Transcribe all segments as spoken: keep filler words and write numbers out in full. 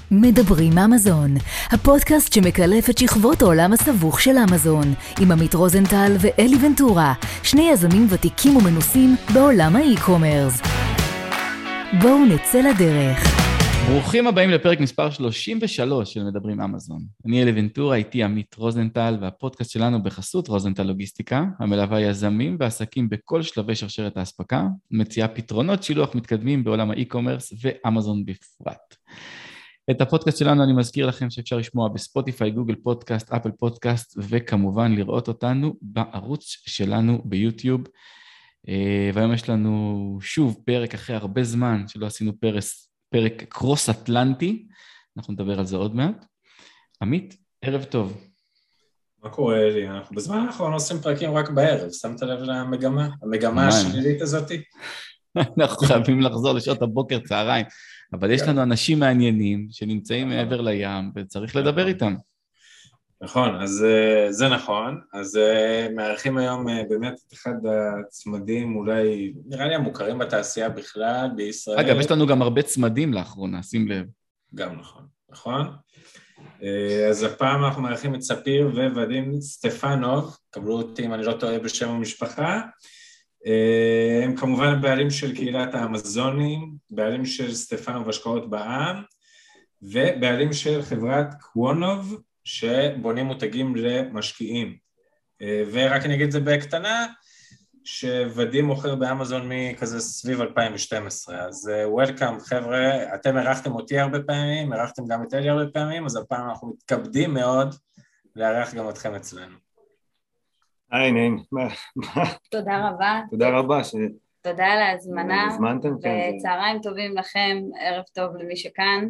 מדברים אמזון, הפודקאסט שמקלף את שכבות העולם הסבוך של אמזון, עם עמית רוזנטל ואלי ונטורה, שני יזמים ותיקים ומנוסים בעולם האי-קומרס. בואו נצא לדרך. ברוכים הבאים לפרק מספר שלושים ושלוש של מדברים אמזון. אני אלי ונטורה, איתי עמית רוזנטל, והפודקאסט שלנו בחסות רוזנטל לוגיסטיקה, המלווה יזמים ועסקים בכל שלבי שרשרת ההספקה, מציעה פתרונות שילוח מתקדמים בעולם האי-קומרס ואמזון בפרט. את הפודקאסט שלנו אני מזכיר לכם שאפשר לשמוע בספוטיפיי, גוגל פודקאסט, אפל פודקאסט, וכמובן לראות אותנו בערוץ שלנו ביוטיוב. והיום יש לנו שוב פרק אחרי הרבה זמן שלא עשינו פרס, פרק קרוס אטלנטי, אנחנו נדבר על זה עוד מעט. עמית, ערב טוב. מה קורה לי? אנחנו בזמן האחרון עושים פרקים רק בערב, שמת לב למגמה? המגמה השלילית הזאת? אנחנו חייבים לחזור לשעות הבוקר, צהריים. אבל יש לנו אנשים מעניינים שנמצאים מעבר לים, וצריך לדבר איתם. נכון, אז זה נכון. אז מארחים היום באמת את אחד הצמדים, אולי נראה לי המוכרים בתעשייה בכלל, בישראל. אגב, יש לנו גם הרבה צמדים לאחרונה, שים לב. גם נכון, נכון. אז הפעם אנחנו מארחים את ספיר וואדים סטפנוב, קבלו אותי אם אני לא טועה בשם המשפחה, הם כמובן בעלים של קהילת האמזונים, בעלים של סטפנוב השקעות בע"מ, ובעלים של חברת קוונוב, שבונים מותגים למשקיעים. ורק אני אגיד את זה בקטנה, שוואדים מוכר באמזון מכזה סביב אלפיים ושתים עשרה, אז וולקאם חבר'ה, אתם ערכתם אותי הרבה פעמים, ערכתם גם את אלי הרבה פעמים, אז הפעם אנחנו מתכבדים מאוד לארח גם אתכם אצלנו. היי, נעים. תודה רבה. תודה רבה. תודה על ההזמנה. הזמנתם, כן. וצהריים טובים לכם, ערב טוב למי שכאן.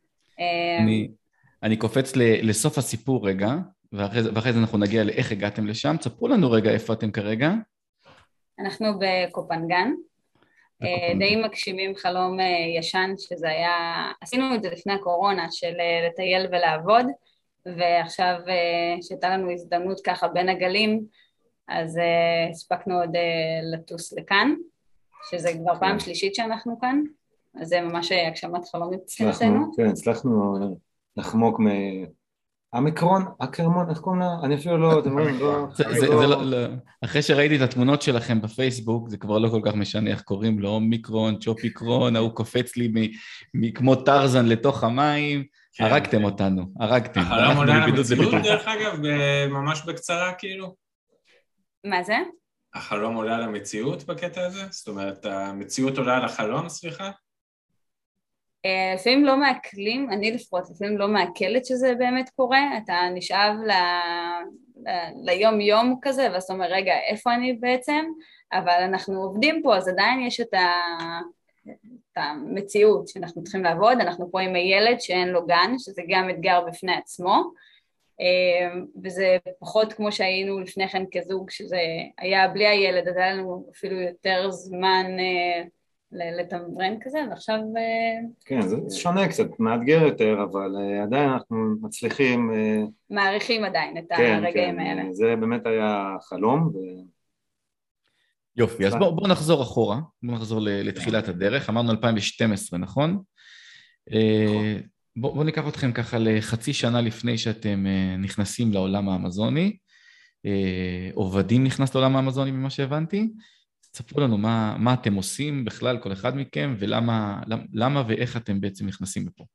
אני קופץ לסוף הסיפור רגע, ואחרי זה אנחנו נגיע לאיך הגעתם לשם. תספרו לנו רגע איפה אתם כרגע. אנחנו בקופנגן. די מגשימים חלום ישן, שזה היה, עשינו את זה לפני הקורונה, של לטייל ולעבוד, ועכשיו שהייתה לנו הזדמנות ככה בין הגלים, אז uh, הספקנו עוד uh, לטוס לכאן, שזה כבר פעם שלישית שאנחנו כאן, אז זה ממש הגשמת חלום אצלנו. כן, הצלחנו לחמוק מהמיקרון, אקרמון, איך קוראים לה? אני אפילו לא, אתם רואים, לא... אחרי שראיתי את התמונות שלכם בפייסבוק, זה כבר לא כל כך משנה איך קוראים לו, מיקרון, צ'ופיקרון, הוא קופץ לי כמו טרזן לתוך המים, הרגתם אותנו, הרגתם. החלום עולה למציאות דרך אגב, ממש בקצרה כאילו? מה זה? החלום עולה על המציאות בקטע הזה? זאת אומרת, המציאות עולה על החלום, סליחה? לפעמים לא מעכלים, אני לפחות, לפעמים לא מעכלת שזה באמת קורה, אתה נשאב ל... ליום יום כזה, ואז אתה אומר, רגע, איפה אני בעצם? אבל אנחנו עובדים פה, אז עדיין יש את, ה... את המציאות שאנחנו צריכים לעבוד, אנחנו פה עם הילד שאין לו גן, שזה גם אתגר בפני עצמו, וזה פחות כמו שהיינו לפני כן כזוג, שזה היה בלי הילד, אז היה לנו אפילו יותר זמן לתמרן כזה, ועכשיו... כן, זה שונה קצת, מאתגר יותר, אבל עדיין אנחנו מצליחים... מעריכים עדיין את הרגעים האלה. כן, זה באמת היה חלום. יופי, אז בואו נחזור אחורה, בואו נחזור לתחילת הדרך, אמרנו אלפיים ושתים עשרה, נכון? נכון. בואו בוא ניקח אתכם ככה לחצי שנה לפני שאתם נכנסים לעולם האמזוני, או וואדים נכנס לעולם האמזוני ממה שהבנתי, תספרו לנו מה, מה אתם עושים בכלל, כל אחד מכם, ולמה למה ואיך אתם בעצם נכנסים לפה.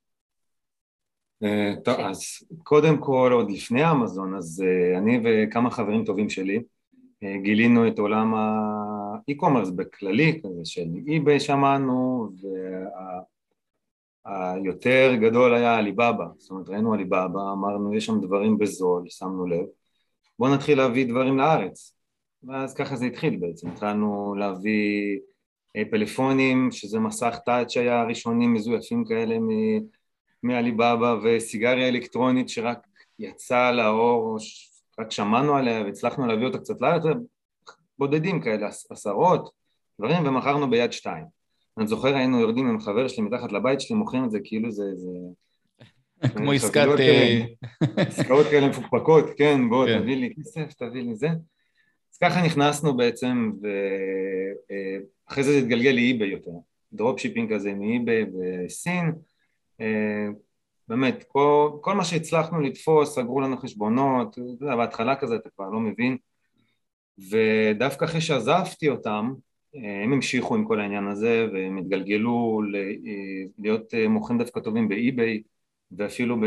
טוב, אז קודם כל, עוד לפני האמזון, אז אני וכמה חברים טובים שלי, גילינו את עולם האי-קומרס בכללי, כזה של אי-ביי שמענו, וה... היותר גדול היה עליבאבא, זאת אומרת ראינו עליבאבא, אמרנו יש שם דברים בזול, שמנו לב, בואו נתחיל להביא דברים לארץ, ואז ככה זה התחיל בעצם, התחלנו להביא פלאפונים, שזה מסך טאץ' שהיה ראשונים מזויפים כאלה מעליבאבא, וסיגריה אלקטרונית שרק יצאה לאור, רק שמענו עליה והצלחנו להביא אותה קצת לארץ, בודדים כאלה, עשרות דברים, ומכרנו ביד שתיים. אני זוכר, היינו יורדים עם חבר שלי מתחת לבית שלי, מוכרים את זה כאילו זה... כמו עסקת... עסקאות כאלה מפוקפקות, כן, בוא, תביא לי כסף, תביא לי זה. אז ככה נכנסנו בעצם, ואחרי זה זה התגלגל לאי-ביי יותר. דרופ שיפינג כזה מאי-ביי וסין. באמת, כל, כל מה שהצלחנו לתפוס, סגרו לנו חשבונות, בהתחלה כזה אתה כבר לא מבין, ודווקא אחרי שעזבתי אותם, הם המשיכו עם כל העניין הזה, והם התגלגלו להיות מוכרים דווקא טובים באי-ביי, ואפילו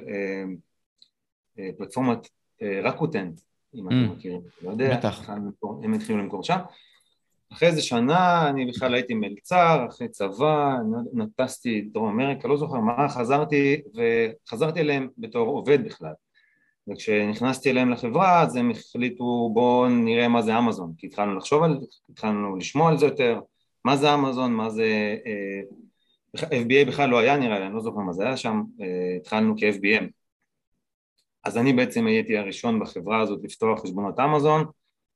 בפלטפורמת רקוטן, אם אתם מכירים, לא יודע, הם התחילו למכור שם. אחרי איזה שנה אני בכלל הייתי מלצר, אחרי צבא, נטסתי דרום אמריקה, לא זוכר מה, חזרתי, וחזרתי אליהם בתור עובד בכלל. וכשנכנסתי אליהם לחברה, אז הם החליטו בואו נראה מה זה אמזון, כי התחלנו לחשוב על זה, התחלנו לשמוע על זה יותר, מה זה אמזון, מה זה, אף בי איי בכלל לא היה נראה לי, אני לא זוכר מה זה היה שם, התחלנו כ-אף בי אם. אז אני בעצם הייתי הראשון בחברה הזאת לפתוח חשבונות אמזון,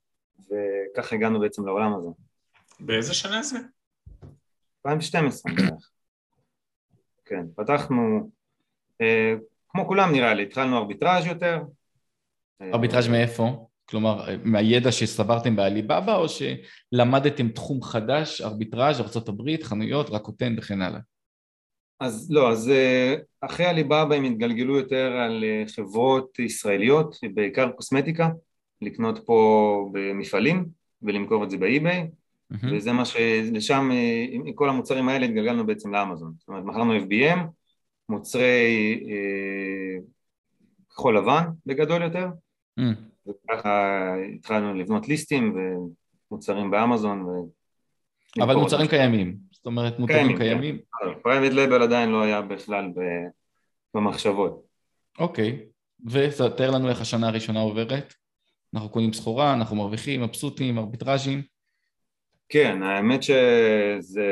וכך הגענו בעצם לעולם הזה. באיזה שנה זה? אלפיים ושתים עשרה. כן, פתחנו, כמו כולם נראה לי, התחלנו ארביטראז' יותר. ארביטראז' מאיפה? כלומר, מהידע שסברתם בעליבאבא, או שלמדתם תחום חדש, ארביטראז', ארצות הברית, חנויות, רקוטן וכן הלאה? אז לא, אז אחרי עליבאבא הם התגלגלו יותר על חברות ישראליות, בעיקר קוסמטיקה, לקנות פה במפעלים ולמכור את זה באי-ביי, mm-hmm. וזה מה שלשם, עם כל המוצרים האלה התגלגלנו בעצם לאמזון. זאת אומרת, מכרנו אף בי אם, מוצרי אה, כחול לבן בגדול יותר, mm. וככה התחלנו לבנות ליסטים ומוצרים באמזון. ו... אבל מוצרים קיימים, זאת אומרת מותגים קיימים. פרייבט לייבל עדיין לא היה בכלל במחשבות. אוקיי, ותאר לנו איך השנה הראשונה עוברת? אנחנו קונים סחורה, אנחנו מרוויחים, מבסוטים, ארביטראז'ים. כן, האמת שזה...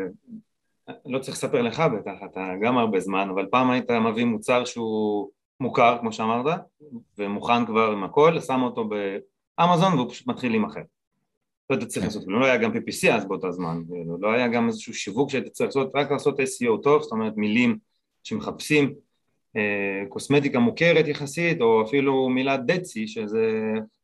לא צריך לספר לך בטח, אתה גם הרבה זמן, אבל פעם היית מביא מוצר שהוא מוכר, כמו שאמרת, ומוכן כבר עם הכל, שם אותו באמזון והוא פשוט מתחיל להימכר. לא היית צריך לעשות, לא היה גם פי פי סי אז באותו זמן, לא היה גם איזשהו שיווק שהיית צריך לעשות, רק לעשות אס אי או טוב, זאת אומרת מילים שמחפשים, קוסמטיקה מוכרת יחסית, או אפילו מילה דצי, שזה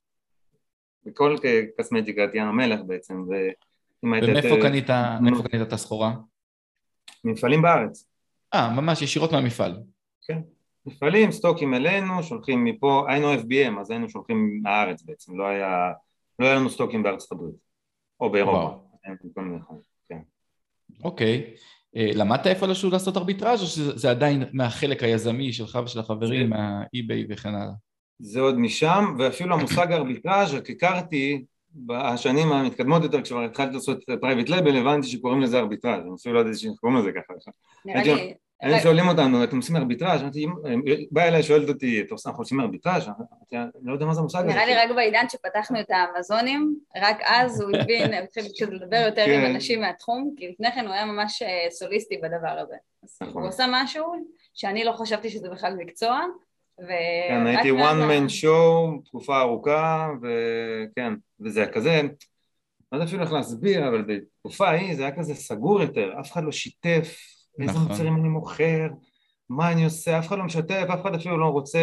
בכל קוסמטיקה ים המלח בעצם. ומאיפה קנית את הסחורה? מפעלים בארץ. אה, ממש ישירות מהמפעל. כן, מפעלים, סטוקים אלינו, שולחים מפה, היינו אף בי אם, אז היינו שולחים מהארץ בעצם, לא היה, לא היה לנו סטוקים בארצות הברית, או באירופה. כן. אוקיי, למדת איפה לשוב לעשות ארביטראז' או שזה עדיין מהחלק היזמי שלך ושל החברים, מהאי-ביי וכן הלאה? זה עוד משם, ואפילו המושג ארביטראז' הכרתי בשנים המתקדמות יותר, כשכבר התחלתי לעשות פרייבט לייבל, הבנתי שקוראים לזה ארביטראז', אני אפילו לא יודעת שקוראים לזה ככה. נראה לי... הם שואלים אותנו, אתם עושים ארביטראז', באה אליי, שואלת אותי, אנחנו עושים ארביטראז', אני לא יודע מה זה המושג הזה. נראה לי רק בעידן שפתחנו את האמזונים, רק אז הוא הבין, התחיל לדבר יותר עם אנשים מהתחום, כי לפני כן הוא היה ממש סוליסטי בדבר הזה. הוא עושה משהו שאני לא חשבתי שזה בכלל מקצוע, כן, הייתי one man show, תקופה ארוכה, וכן, וזה היה כזה, לא יודע אפילו איך להסביר, אבל בתקופה ההיא זה היה כזה סגור יותר, אף אחד לא שיתף, איזה מוצרים אני מוכר, מה אני עושה, אף אחד לא משתף, אף אחד אפילו לא רוצה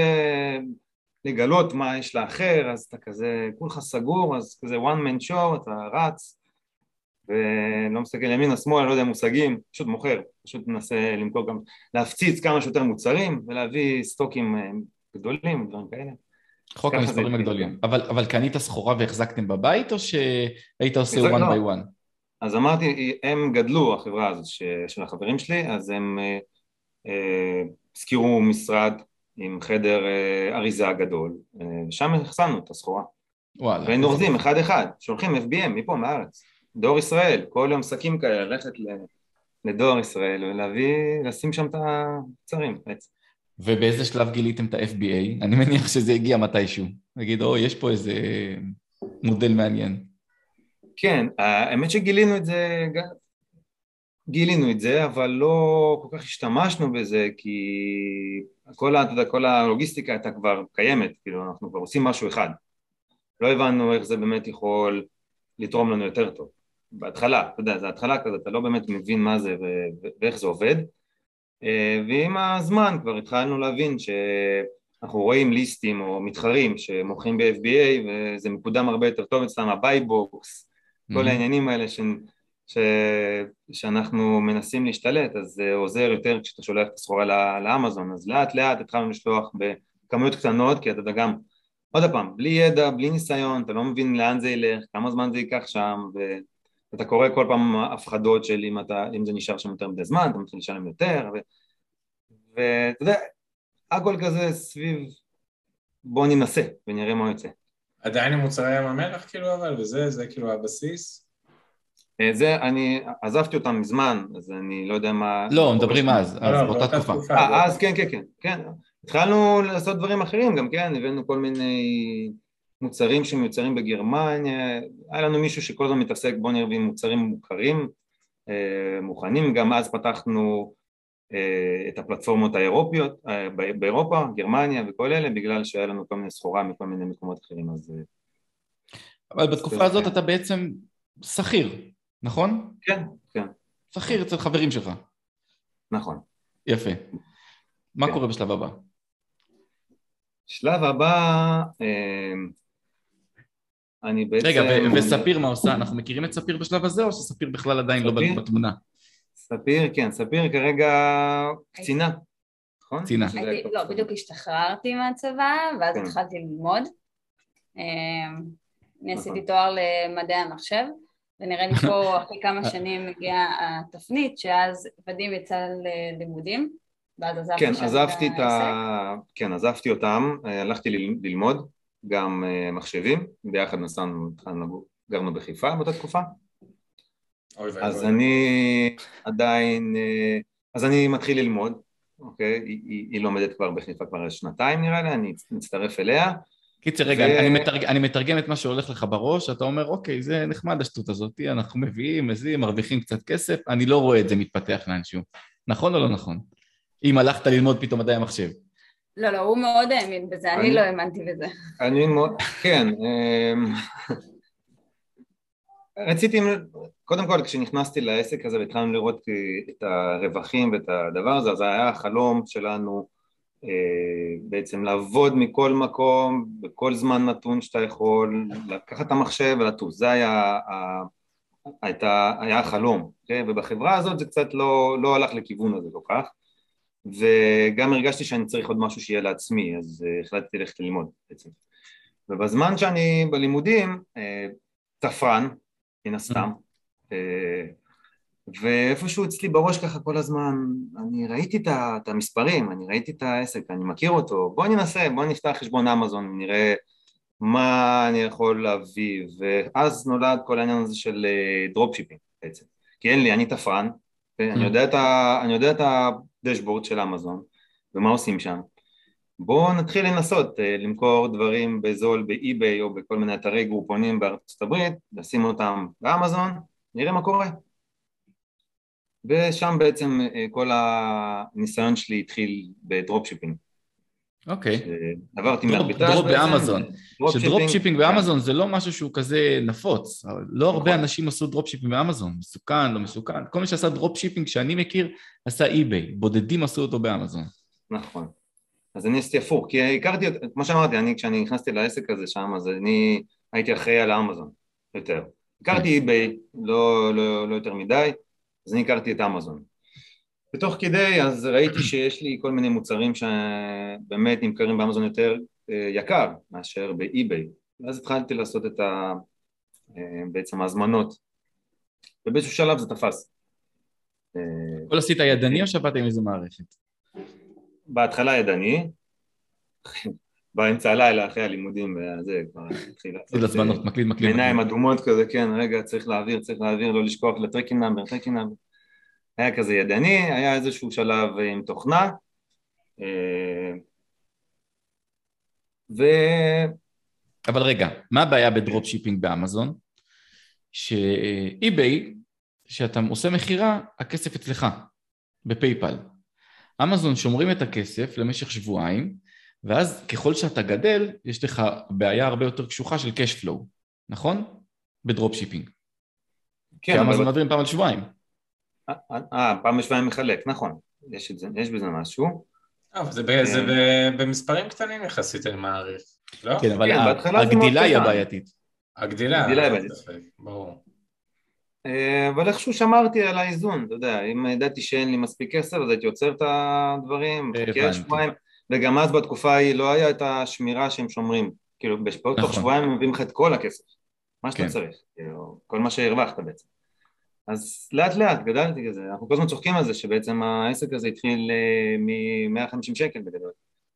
לגלות מה יש לאחר, אז אתה כזה, כולך סגור, אז כזה one man show, אתה רץ, ולא מסתכל ימין השמאל, לא יודע מושגים, פשוט מוכר, פשוט מנסה למכור גם, להפציץ כמה שיותר מוצרים, ולהביא סטוקים גדולים, דברים כאלה. חוק המספרים הגדולים. אבל, אבל קנית סחורה והחזקתם בבית, או שהיית עושה one by one? אז אמרתי, הם גדלו, החברה הזאת של החברים שלי, אז הם הזכירו משרד עם חדר אריזה גדול, ושם החסנו את הסחורה. וואלה. והיינו אורזים אחד אחד, שולחים אף בי אם מפה מארץ. דואר ישראל, כל יום שקים כאלה, ללכת לדואר ישראל ולהביא, לשים שם את המוצרים בעצם. ובאיזה שלב גיליתם את ה-אף בי איי? אני מניח שזה הגיע מתישהו. נגיד, או, יש פה איזה מודל מעניין. כן, האמת שגילינו את זה, גילינו את זה, אבל לא כל כך השתמשנו בזה, כי כל, כל הלוגיסטיקה הייתה כבר קיימת, כאילו אנחנו כבר עושים משהו אחד. לא הבנו איך זה באמת יכול לתרום לנו יותר טוב. בהתחלה, אתה יודע, זה התחלה כזה, אתה לא באמת מבין מה זה ואיך זה עובד, ועם הזמן כבר התחלנו להבין שאנחנו רואים ליסטים או מתחרים שמוכרים ב-אף בי איי, וזה מקודם הרבה יותר טוב אצלם, הבייבוקס, כל העניינים האלה ש... שאנחנו מנסים להשתלט, אז זה עוזר יותר כשאתה שולח את הסחורה לא... לאמזון, אז לאט לאט התחלנו לשלוח בכמויות קטנות, כי אתה גם, עוד פעם, בלי ידע, בלי ניסיון, אתה לא מבין לאן זה ילך, כמה זמן זה ייקח שם, ואתה קורא כל פעם הפחדות של אם, אתה... אם זה נשאר שם יותר מדי זמן, אתה מתחיל לשלם יותר, ו... ואתה יודע, הכל כזה סביב, בוא ננסה ונראה מה יוצא. עדיין עם מוצרי ים המלח כאילו אבל, וזה, זה כאילו הבסיס? זה, אני עזבתי אותם מזמן, אז אני לא יודע מה... לא, מדברים אז, אז באותה תקופה. אז כן, כן, כן, כן. התחלנו לעשות דברים אחרים גם, כן, הבאנו כל מיני מוצרים שמיוצרים בגרמניה, היה לנו מישהו שכל הזמן מתעסק, בוא נראה עם מוצרים מוכרים, מוכנים, גם אז פתחנו את הפלטפורמות האירופיות, באירופה, גרמניה וכל אלה, בגלל שהיה לנו כל מיני סחורה מכל מיני מקומות אחרים, אז... אבל בתקופה הזאת אתה בעצם שכיר, נכון? כן, כן. שכיר אצל חברים שלך. נכון. יפה. מה קורה בשלב הבא? שלב הבא, אני בעצם... רגע, וספיר מה עושה? אנחנו מכירים את ספיר בשלב הזה, או שספיר בכלל עדיין לא בתמונה? ספיר, כן, ספיר כרגע קצינה, נכון? קצינה. לא, בדיוק השתחררתי מהצבא, ואז התחלתי ללמוד. אני עשיתי תואר למדעי המחשב, ונראה לי פה אחרי כמה שנים הגיעה התפנית, שאז ודים יצא ללימודים, ואז עזבתי כן, שם עזבתי את את ה... כן, עזבתי אותם, הלכתי ללמוד, גם מחשבים, ביחד נסענו, גרנו בחיפה באותה תקופה, אז אני עדיין, אז אני מתחיל ללמוד, אוקיי, היא לומדת כבר בחיפה כבר שנתיים נראה לי, אני מצטרף אליה, קיצר, רגע, ו... אני, מתרג... אני מתרגם את מה שהולך לך בראש, אתה אומר, אוקיי, זה נחמד השטות הזאת, אנחנו מביאים, מזיעים, מרוויחים קצת כסף, אני לא רואה את זה מתפתח לאנשהו. נכון או לא נכון? אם הלכת ללמוד פתאום מדעי המחשב. לא, לא, הוא מאוד האמין בזה, אני, אני לא האמנתי בזה. אני מאוד, כן. רציתי, קודם כל, כשנכנסתי לעסק הזה והתחלנו לראות את הרווחים ואת הדבר הזה, אז זה היה החלום שלנו, בעצם לעבוד מכל מקום, בכל זמן נתון שאתה יכול, לקחת את המחשב ולטוס, זה היה, הייתה, היה החלום, okay? ובחברה הזאת זה קצת לא, לא הלך לכיוון הזה כל כך, וגם הרגשתי שאני צריך עוד משהו שיהיה לעצמי, אז החלטתי ללכת ללמוד בעצם. ובזמן שאני בלימודים, תפרן, מן הסתם, ואיפשהו אצלי בראש ככה כל הזמן, אני ראיתי את המספרים, אני ראיתי את העסק, אני מכיר אותו, בוא ננסה, בוא נפתח חשבון אמזון, נראה מה אני יכול להביא, ואז נולד כל העניין הזה של דרופשיפינג בעצם, כי אין לי, אני תפרן, אני יודע את ה, אני יודע את הדשבורד של אמזון, ומה עושים שם, בוא נתחיל לנסות למכור דברים בזול באי-ביי, או בכל מיני אתרי גרופונים בארצות הברית, לשים אותם באמזון, נראה מה קורה. ושם בעצם כל הניסיון שלי התחיל בדרופשיפינג. אוקיי. עברתי מהארביטאז' דרופ באמזון. שדרופשיפינג באמזון זה לא משהו שהוא כזה נפוץ. לא הרבה אנשים עשו דרופשיפינג באמזון. מסוכן, לא מסוכן. כל מי שעשה דרופשיפינג שאני מכיר, עשה אי-ביי. בודדים עשו אותו באמזון. נכון. אז אני עשיתי הפוך, כי הכרתי, כמו שאמרתי, אני כשאני נכנסתי לעסק הזה שם, אז אני הייתי אחראי על האמזון יותר. הכרתי אי-ביי, לא, לא, לא יותר מדי, אז אני הכרתי את אמזון. בתוך כדי, אז ראיתי שיש לי כל מיני מוצרים שבאמת נמכרים באמזון יותר יקר מאשר באי-ביי. ואז התחלתי לעשות את ה... בעצם ההזמנות. ובאיזשהו שלב זה תפס. כל עשית ידני או שבאת עם איזו מערכת? בהתחלה ידני, באמצע הלילה אחרי הלימודים, וזה כבר התחיל לעשות עיניים אדומות כזה, כן, רגע, צריך להעביר, צריך להעביר, לא לשכוח לטרקינג נאמבר, טרקינג נאמבר. היה כזה ידני, היה איזשהו שלב עם תוכנה, ו... אבל רגע, מה הבעיה בדרופ שיפינג באמזון? שאי-ביי, שאתה עושה מחירה, הכסף אצלך, בפייפל. אמזון שומרים את הכסף למשך שבועיים, ואז ככל שאתה גדל, יש לך בעיה הרבה יותר קשוחה של cash flow, נכון? בדרופ שיפינג. כן, כי אמזון מעבירים פעם על שבועיים. אה, פעם בשבועיים מחלק, נכון. יש, זה, יש בזה משהו. אה, זה, ב, זה ב, במספרים קטנים יחסית אני מעריך, לא? כן, אבל הגדילה היא הבעייתית. הגדילה, הגדילה היא הבעייתית. ברור. אבל איכשהו שמרתי על האיזון, אתה יודע, אם ידעתי שאין לי מספיק כסף, אז הייתי יוצר את הדברים, חכה שבועיים, וגם אז בתקופה ההיא לא היה את השמירה שהם שומרים, כאילו, תוך שבועיים הם מביאים לך את כל הכסף, מה שאתה צריך, כל מה שהרווחת בעצם. אז לאט לאט גדלתי כזה, אנחנו כל הזמן צוחקים על זה, שבעצם העסק הזה התחיל מ-מאה וחמישים שקל בגדול.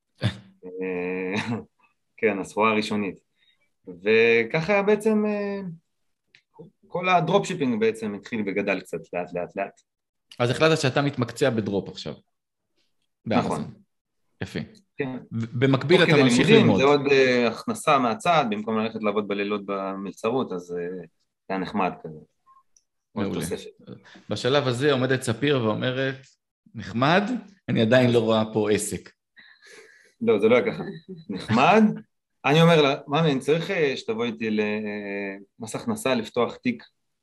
כן, הסחורה הראשונית. וככה בעצם... כל הדרופשיפינג בעצם התחיל וגדל קצת לאט לאט לאט. אז החלטת שאתה מתמקצע בדרופ עכשיו. נכון. יפה. כן. במקביל אתה ממשיך ללמוד. זה עוד הכנסה מהצד, במקום ללכת לעבוד בלילות במלצרות, אז זה היה נחמד כזה. מעולה. בשלב הזה עומדת ספיר ואומרת, נחמד, אני עדיין לא רואה פה עסק. לא, זה לא היה ככה. נחמד, אני אומר לה, מאמי, אני צריך שתבוא איתי למס הכנסה לפתוח תיק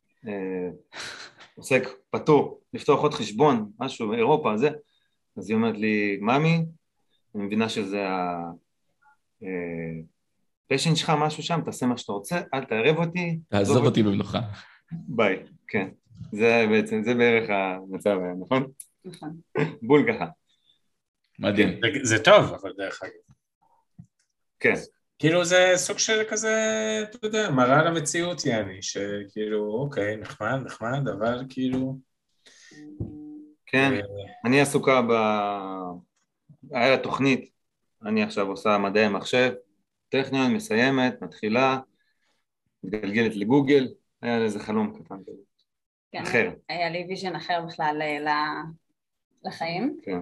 עוסק פטור, לפתוח עוד חשבון, משהו באירופה, זה. אז היא אומרת לי, מאמי, אני מבינה שזה הפשן שלך, משהו שם, תעשה מה שאתה רוצה, אל תערב אותי. תעזוב אותי במנוחה. ביי, כן. זה בעצם, זה בערך המצב היה, נכון? נכון. בול ככה. מדהים. זה טוב, אבל דרך אגב. כן. כאילו זה סוג של כזה, אתה יודע, מראה למציאות יעני, שכאילו, אוקיי, נחמד, נחמד, אבל כאילו... כן, אני עסוקה ב... היה לה תוכנית, אני עכשיו עושה מדעי מחשב, טכניון, מסיימת, מתחילה, מתגלגלת לגוגל, היה לזה חלום קטן כזה, אחר. היה לי ויז'ן אחר בכלל לחיים. כן.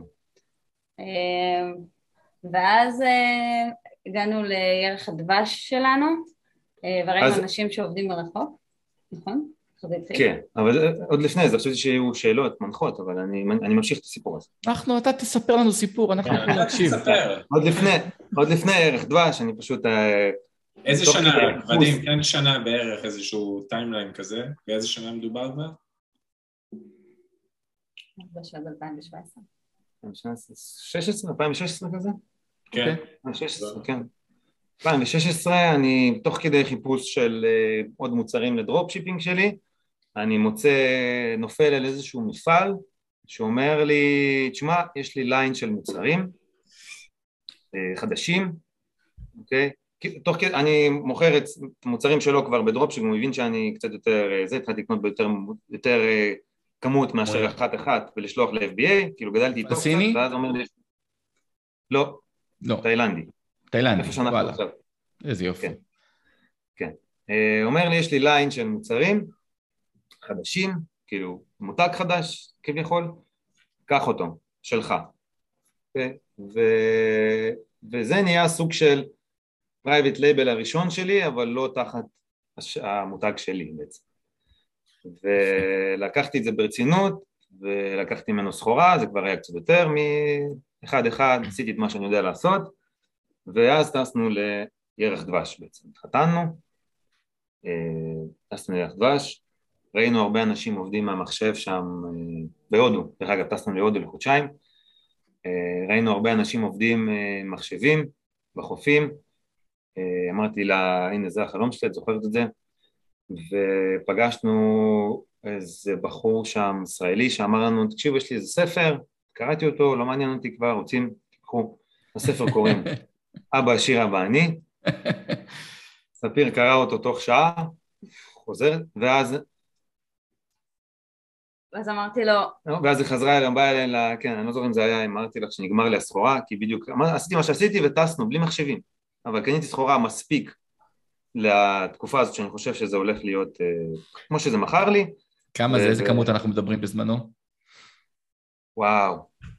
ואז... הגענו לירח הדבש שלנו, וראינו אז... אנשים שעובדים מרחוק, נכון? כן, אבל עוד לפני זה, חשבתי שיהיו שאלות מנחות, אבל אני, אני ממשיך את הסיפור הזה. אנחנו, אתה תספר לנו סיפור, אנחנו יכולים להקשיב. עוד לפני, עוד לפני ירח דבש, אני פשוט... איזה שנה, ודים, כן שנה בערך, איזשהו טיימליין כזה, באיזה שנה מדובר בה? בשנת אלפיים שבע עשרה. אלפיים ושש עשרה כזה? כן. אלפיים ושש עשרה, כן. אלפיים ושש עשרה, אני תוך כדי חיפוש של uh, עוד מוצרים לדרופשיפינג שלי, אני מוצא, נופל על איזשהו מפעל, שאומר לי, תשמע, יש לי ליין של מוצרים uh, חדשים, אוקיי? תוך כדי, אני מוכר את מוצרים שלו כבר בדרופשיפינג, הוא מבין שאני קצת יותר, זה, התחלתי לקנות ביותר, יותר uh, כמות מאשר אחת אחת, ולשלוח ל-אף בי איי, כאילו גדלתי איתו קצת, ואז אומר לי, לא, לא. תאילנדי. תאילנדי, וואלה. איזה יופי. כן. כן. אומר לי, יש לי ליין של מוצרים חדשים, כאילו מותג חדש כביכול, קח אותו, שלך. ו... וזה נהיה סוג של פרייבט לייבל הראשון שלי, אבל לא תחת המותג שלי בעצם. ולקחתי את זה ברצינות, ולקחתי ממנו סחורה, זה כבר היה קצת יותר מאחד אחד, עשיתי את מה שאני יודע לעשות, ואז טסנו לירח דבש בעצם, התחתנו, טסנו לירח דבש, ראינו הרבה אנשים עובדים מהמחשב שם בהודו, דרך אגב טסנו להודו לחודשיים, ראינו הרבה אנשים עובדים מחשבים בחופים, אמרתי לה, הנה זה החלום שלי, את זוכרת את זה, ופגשנו איזה בחור שם ישראלי שאמר לנו, תקשיב, יש לי איזה ספר, קראתי אותו, לא מעניין אותי כבר, רוצים, תקחו, הספר קוראים, אבא עשיר אבא אני, ספיר קרא אותו תוך שעה, חוזר, ואז... ואז אמרתי לו... ואז היא חזרה אליי, באה אליי, כן, אני לא זוכר אם זה היה, אמרתי לך שנגמר לי הסחורה, כי בדיוק, עשיתי מה שעשיתי וטסנו, בלי מחשבים, אבל קניתי סחורה מספיק לתקופה הזאת שאני חושב שזה הולך להיות, כמו שזה מכר לי. כמה זה, איזה כמות אנחנו מדברים בזמנו? וואו,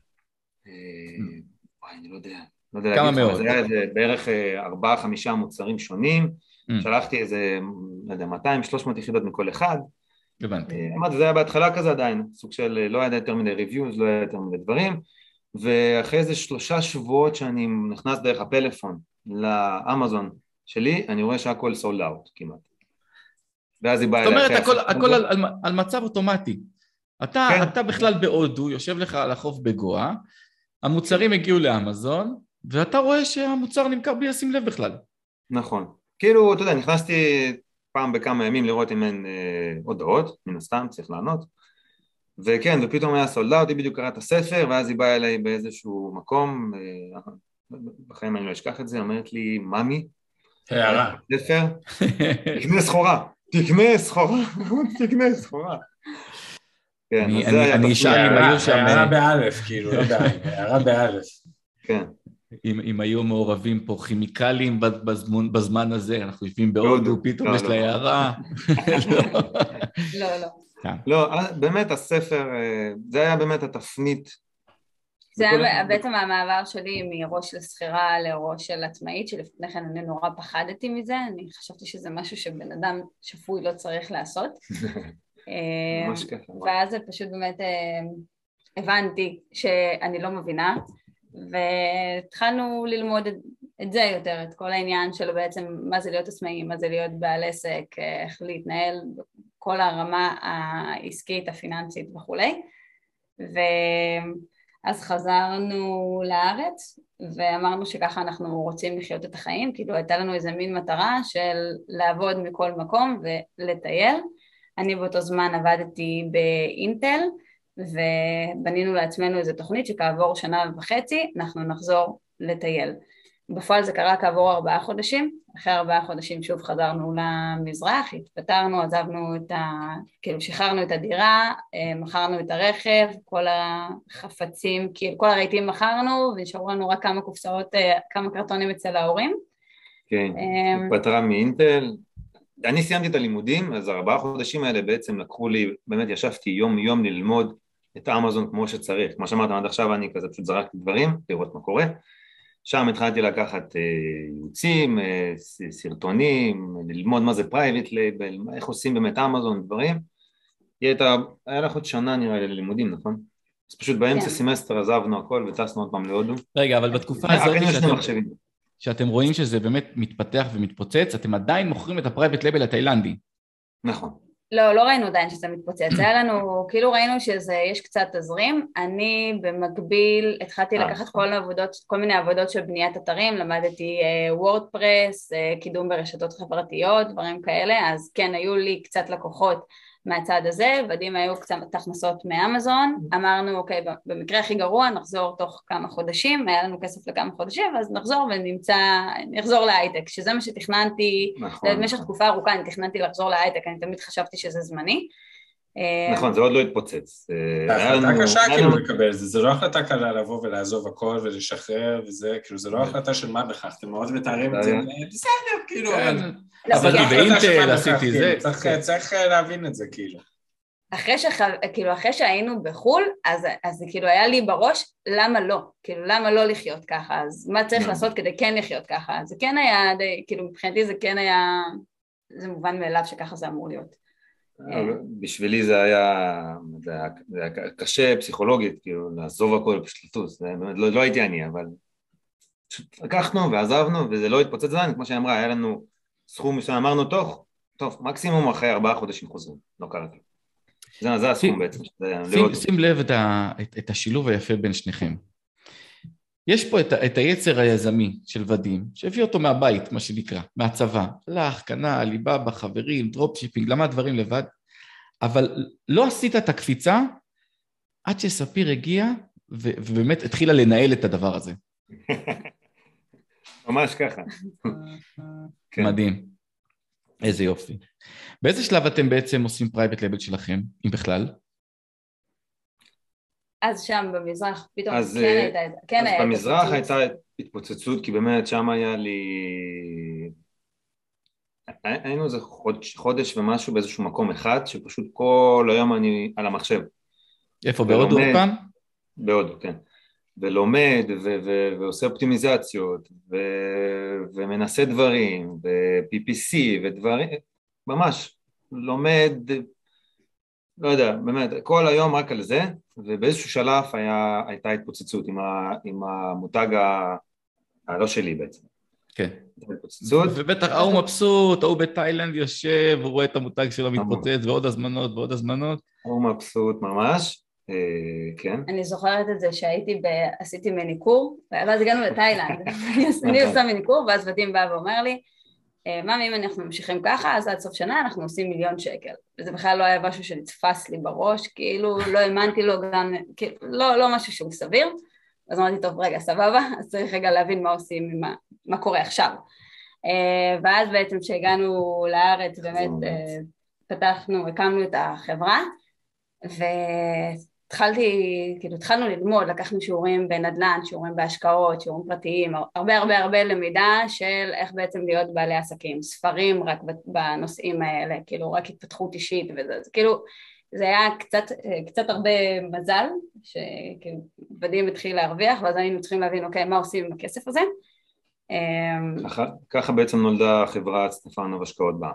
וואי, אני לא יודע. כמה מאוד? זה היה בערך ארבעה, חמישה מוצרים שונים, שלחתי איזה, לא יודע, מאתיים שלוש מאות יחידות מכל אחד. הבנתי. אמרתי, זה היה בהתחלה כזה עדיין, סוג של לא היה יותר מדי ריוויוז, לא היה יותר מדי דברים, ואחרי איזה שלושה שבועות שאני נכנס דרך הפלאפון לאמזון שלי, אני רואה שהכל סולד אאוט כמעט. ואז היא באה אליי. זאת אומרת, הכל על מצב אוטומטי. אתה בכלל בהודו, יושב לך על החוף בגואה, המוצרים הגיעו לאמזון, ואתה רואה שהמוצר נמכר בלי לשים לב בכלל. נכון. כאילו, אתה יודע, נכנסתי פעם בכמה ימים לראות אם אין אה, הודעות, מן הסתם צריך לענות, וכן, ופתאום היה סולדאוט, היא בדיוק קראת הספר, ואז היא באה אליי באיזשהו מקום, אה, בחיים אני לא אשכח את זה, אומרת לי, ממי, הערה. ספר, תקנה סחורה, תקנה סחורה, תקנה סחורה. כן, אז זה היה... אני אשאל אם היו שם... הערה באלף, כאילו, לא בעין, הערה באלף. כן. אם היו מעורבים פה כימיקלים בזמן הזה, אנחנו יושבים בהודו, פתאום יש לה הערה. לא, לא. לא, באמת הספר, זה היה באמת התפנית. זה היה בעצם המעבר שלי מראש לסחירה לראש של עצמאית, שלפני כן אני נורא פחדתי מזה, אני חשבתי שזה משהו שבן אדם שפוי לא צריך לעשות. ממש ככה. ואז זה פשוט באמת הבנתי שאני לא מבינה, והתחלנו ללמוד את זה יותר, את כל העניין של בעצם מה זה להיות עצמאי, מה זה להיות בעל עסק, איך להתנהל כל הרמה העסקית, הפיננסית וכולי. ואז חזרנו לארץ ואמרנו שככה אנחנו רוצים לחיות את החיים, כאילו הייתה לנו איזה מין מטרה של לעבוד מכל מקום ולטייל. אני באותו זמן עבדתי באינטל, ובנינו לעצמנו איזו תוכנית שכעבור שנה וחצי אנחנו נחזור לטייל. בפועל זה קרה כעבור ארבעה חודשים, אחרי ארבעה חודשים שוב חזרנו למזרח, התפטרנו, עזבנו את ה... כאילו שחררנו את הדירה, מכרנו את הרכב, כל החפצים, כאילו כל הרהיטים מכרנו, ונשארו לנו רק כמה קופסאות, כמה קרטונים אצל ההורים. כן, התפטרה מאינטל. אני סיימתי את הלימודים, אז ארבעה חודשים האלה בעצם לקחו לי, באמת ישבתי יום יום ללמוד את אמזון כמו שצריך. כמו שאמרתם, עד עכשיו אני כזה פשוט זרקתי דברים, לראות מה קורה. שם התחלתי לקחת ייעוצים, סרטונים, ללמוד מה זה פרייבט לייבל, איך עושים באמת אמזון, דברים. היה לך עוד שנה נראה לי ללימודים, נכון? אז פשוט באמצע סמסטר עזבנו הכל וטסנו עוד פעם להודו. רגע, אבל בתקופה הזאת שאתם רואים שזה באמת מתפתח ומתפוצץ, אתם עדיין מוכרים את הפרייבט לייבל התאילנדי. נכון. לא, לא ראינו עדיין שזה מתפוצץ, היה לנו, כאילו ראינו שיש קצת תזרים, אני במקביל התחלתי לקחת כל עבודות, כל מיני עבודות של בניית אתרים, למדתי וורדפרס, קידום ברשתות חברתיות, דברים כאלה, אז כן, היו לי קצת לקוחות מהצד הזה, ודים היו קצת הכנסות מאמזון, אמרנו, אוקיי, במקרה הכי גרוע, נחזור תוך כמה חודשים, היה לנו כסף לכמה חודשים, אז נחזור ונמצא, נחזור להייטק, שזה מה שתכננתי, במשך תקופה ארוכה, אני תכננתי לחזור להייטק, אני תמיד חשבתי שזה זמני. נכון, זה עוד לא התפוצץ. החלטה קשה כאילו לקבל, זה לא החלטה קלה לבוא ולעזוב הכל ולשחרר, וזה, כאילו, זה לא החלטה של מה בכך, אתם מאוד מתארים את זה, בסדר, כאילו, אבל באינטל עשיתי זה. צריך להבין את זה, כאילו. אחרי כאילו, אחרי שהיינו בחול, אז זה כאילו היה לי בראש, למה לא? כאילו, למה לא לחיות ככה? אז מה צריך לעשות כדי כן לחיות ככה? זה כן היה, כאילו, מבחינתי זה כן היה, זה מובן מאליו שככה זה אמור להיות. בשבילי זה היה, זה היה, זה היה קשה פסיכולוגית, כאילו, לעזוב הכל פשוט לטוס, באמת, לא, לא הייתי אני, אבל לקחנו ועזבנו, וזה לא התפוצץ עדיין, כמו שאמרה, היה לנו סכום מסוים, אמרנו, טוב, טוב, מקסימום אחרי ארבעה חודשים חוזרים, לא קראתי. זה, זה הסכום בעצם. שים, שים לב את, ה, את, את השילוב היפה בין שניכם. יש פה את, את היצר היזמי של ודים, שהביא אותו מהבית, מה שנקרא, מהצבא. הלך, קנה, ליבאבא, חברים, דרופשיפינג, למד דברים לבד, אבל לא עשית את הקפיצה עד שספיר הגיע, ו, ובאמת התחילה לנהל את הדבר הזה. ממש ככה. מדהים. איזה יופי. באיזה שלב אתם בעצם עושים פרייבט לייבל שלכם, אם בכלל? אז שם במזרח, פתאום אז, כן הייתה, כן אז היה במזרח הייתה התפוצצות, כי באמת שם היה לי, היינו איזה חודש, חודש ומשהו באיזשהו מקום אחד, שפשוט כל היום אני על המחשב. איפה, בהודו עוד פעם? בהודו, כן. ולומד, ו- ו- ועושה אופטימיזציות, ו- ומנסה דברים, ו-פי פי סי ודברים, ממש, לומד, לא יודע, באמת, כל היום רק על זה, ובאיזשהו שלב היה, הייתה התפוצצות עם, ה- עם המותג ה- הלא שלי בעצם. כן. התפוצצות. ובטח, ההוא מבסוט, ההוא בתאילנד יושב, הוא רואה את המותג שלו מתפוצץ, ועוד הזמנות, ועוד הזמנות. ההוא מבסוט ממש. כן. אני זוכרת את זה שהייתי, עשיתי מניקור, ואז הגענו לתאילנד, אני עושה מניקור, ואז ודים בא ואומר לי, מאמי, אם אנחנו ממשיכים ככה, אז עד סוף שנה אנחנו עושים מיליון שקל. וזה בכלל לא היה משהו שנתפס לי בראש, כאילו לא האמנתי לו גם, כאילו, לא, לא משהו שהוא סביר. אז אמרתי, טוב, רגע, סבבה, אז צריך רגע להבין מה עושים, מה, מה קורה עכשיו. ואז בעצם כשהגענו לארץ, באמת פתחנו, הקמנו את החברה, והתחלתי, כאילו, התחלנו ללמוד, לקחנו שיעורים בנדל"ן, שיעורים בהשקעות, שיעורים פרטיים, הרבה הרבה הרבה למידה של איך בעצם להיות בעלי עסקים, ספרים רק בנושאים האלה, כאילו, רק התפתחות אישית וזה, זה כאילו, זה היה קצת, קצת הרבה מזל, שכאילו, ודים התחיל להרוויח, ואז היינו צריכים להבין, אוקיי, מה עושים עם הכסף הזה? ככה, ככה בעצם נולדה חברת סטפנוב השקעות בה.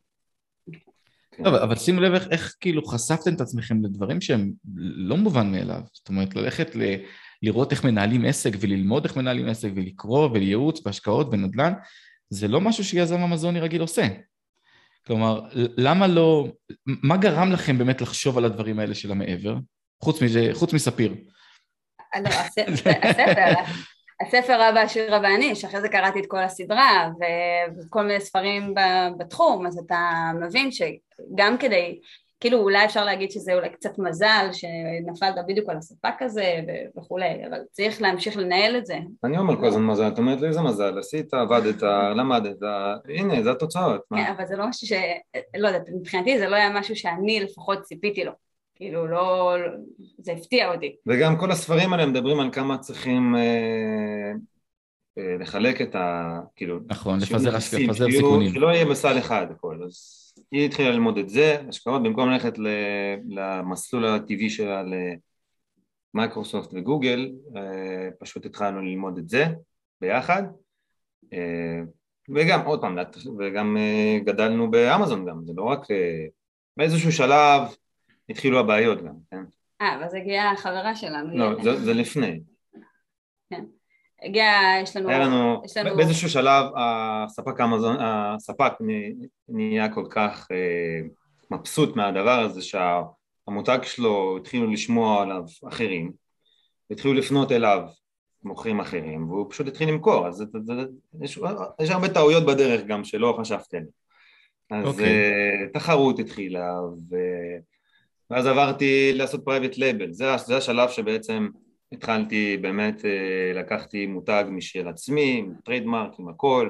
טוב, אבל שימו לב איך, איך כאילו חשפתם את עצמכם לדברים שהם לא מובן מאליו. זאת אומרת, ללכת ל, לראות איך מנהלים עסק וללמוד איך מנהלים עסק ולקרוא ולייעוץ בהשקעות ונדל"ן, זה לא משהו שיזם אמזוני רגיל עושה. כלומר, למה לא, מה גרם לכם באמת לחשוב על הדברים האלה של המעבר? חוץ מזה, חוץ מספיר. לא, הספר, הספר אבא עשיר רבה אני, שאחרי זה קראתי את כל הסדרה וכל מיני ספרים בתחום, אז אתה מבין שגם כדי, כאילו אולי אפשר להגיד שזה אולי קצת מזל, שנפלת בדיוק על הספק הזה וכולי, אבל צריך להמשיך לנהל את זה. אני אומר כל הזמן מזל, את אומרת לי איזה מזל, עשית, עבדת, למדת, הנה, זה התוצאות. כן, אבל זה לא משהו ש... לא יודעת, מבחינתי זה לא היה משהו שאני לפחות ציפיתי לו. כאילו לא, זה הפתיע אותי. וגם כל הספרים האלה מדברים על כמה צריכים אה, אה, לחלק את ה... כאילו... נכון, לפזר, לפזר סיכונים. שלא יהיה בסל אחד הכל. אז היא התחילה ללמוד את זה, השקעות, במקום ללכת למסלול הטבעי שלה למייקרוסופט וגוגל, אה, פשוט התחלנו ללמוד את זה ביחד. אה, וגם, עוד פעם, וגם אה, גדלנו באמזון גם, זה לא רק... אה, באיזשהו שלב... התחילו הבעיות גם, כן? אה, אבל זה הגיעה החברה שלנו. לא, זה, זה לפני. כן. הגיעה, יש לנו... היה לנו, יש לנו... באיזשהו שלב, הספק אמזון, הספק נהיה כל כך אה, מבסוט מהדבר הזה, שהמותג שלו התחילו לשמוע עליו אחרים, התחילו לפנות אליו מוכרים אחרים, והוא פשוט התחיל למכור, אז זה, זה, יש, יש הרבה טעויות בדרך גם שלא חשבתי עליהם. אז okay. אה, תחרות התחילה, ו... ואז עברתי לעשות פרייבט לייבל, זה, זה השלב שבעצם התחלתי באמת, לקחתי מותג משל עצמי, עם טריידמרק, עם הכל,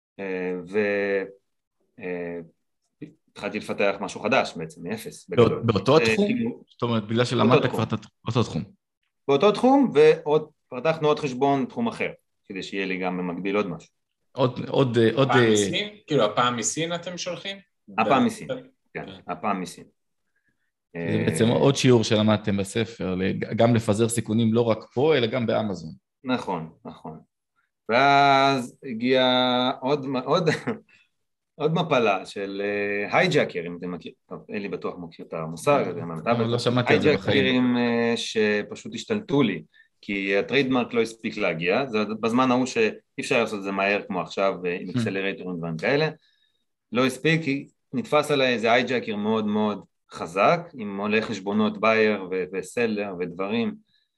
והתחלתי לפתח משהו חדש בעצם, מאפס. באותו התחום? זאת אומרת, בגלל שלמדת כבר את אותו תחום. באותו תחום, ועוד פתחנו עוד חשבון תחום אחר, כדי שיהיה לי גם במקביל עוד משהו. עוד, עוד, עוד... הפעם מסין? כאילו, הפעם מסין אתם שולחים? הפעם מסין, כן, הפעם מסין. זה בעצם עוד שיעור שלמדתם בספר, גם לפזר סיכונים לא רק פה, אלא גם באמזון. נכון, נכון. ואז הגיע עוד, עוד, עוד מפלה של הייג'קר, אם אתם מכיר, טוב, אין לי בטוח מכיר את המושג, לא שמעתי את זה בחיים. הייג'קרים שפשוט השתלטו לי, כי הטריידמרק לא הספיק להגיע, זה בזמן ההוא שאי אפשר לעשות את זה מהר כמו עכשיו, עם אקסלרטורים ודברים כאלה, לא הספיק, כי נתפס עליי איזה הייג'קר מאוד מאוד חזק, עם מלא חשבונות בייר ו- וסלר ודברים,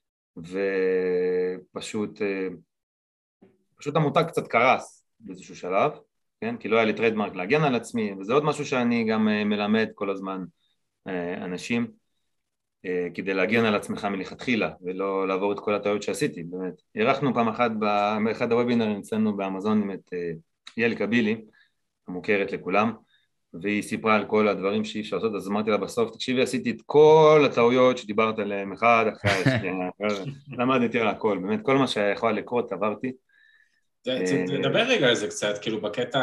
ופשוט פשוט המותג קצת קרס באיזשהו שלב, כן? כי לא היה לי טריידמרק להגן על עצמי, וזה עוד משהו שאני גם מלמד כל הזמן אנשים, כדי להגן על עצמך מלכתחילה, ולא לעבור את כל הטעויות שעשיתי, באמת. ערכנו פעם אחת באחד הוובינרים אצלנו באמזון את יעל קבילי, המוכרת לכולם, והיא סיפרה על כל הדברים שאי אפשר לעשות, אז אמרתי לה בסוף, תקשיבי, עשיתי את כל הטעויות שדיברת עליהן, אחד אחרי השנייה, למדתי על הכל, באמת, כל מה שיכול לקרות, עברתי. תדבר רגע על זה קצת, כאילו בקטע,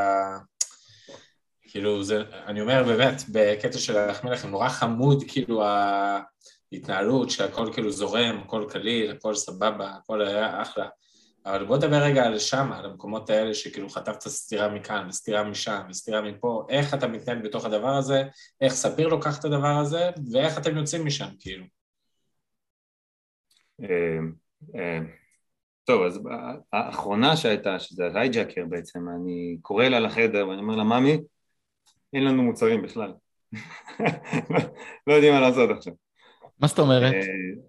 כאילו זה, אני אומר באמת, בקטע של להחמיא לכם, נורא חמוד, כאילו ההתנהלות, שהכל כאילו זורם, הכל קליל, הכל סבבה, הכל היה אחלה. אבל בוא נדבר רגע על שם, על המקומות האלה שכאילו חטפת סתירה מכאן, וסתירה משם, וסתירה מפה, איך אתה מתנהל בתוך הדבר הזה, איך ספיר לוקח את הדבר הזה, ואיך אתם יוצאים משם, כאילו. טוב, אז האחרונה שהייתה, שזה הייג'קר בעצם, אני קורא לה לחדר, ואני אומר לה, ממי, אין לנו מוצרים בכלל. לא יודעים מה לעשות עכשיו. מה זאת אומרת?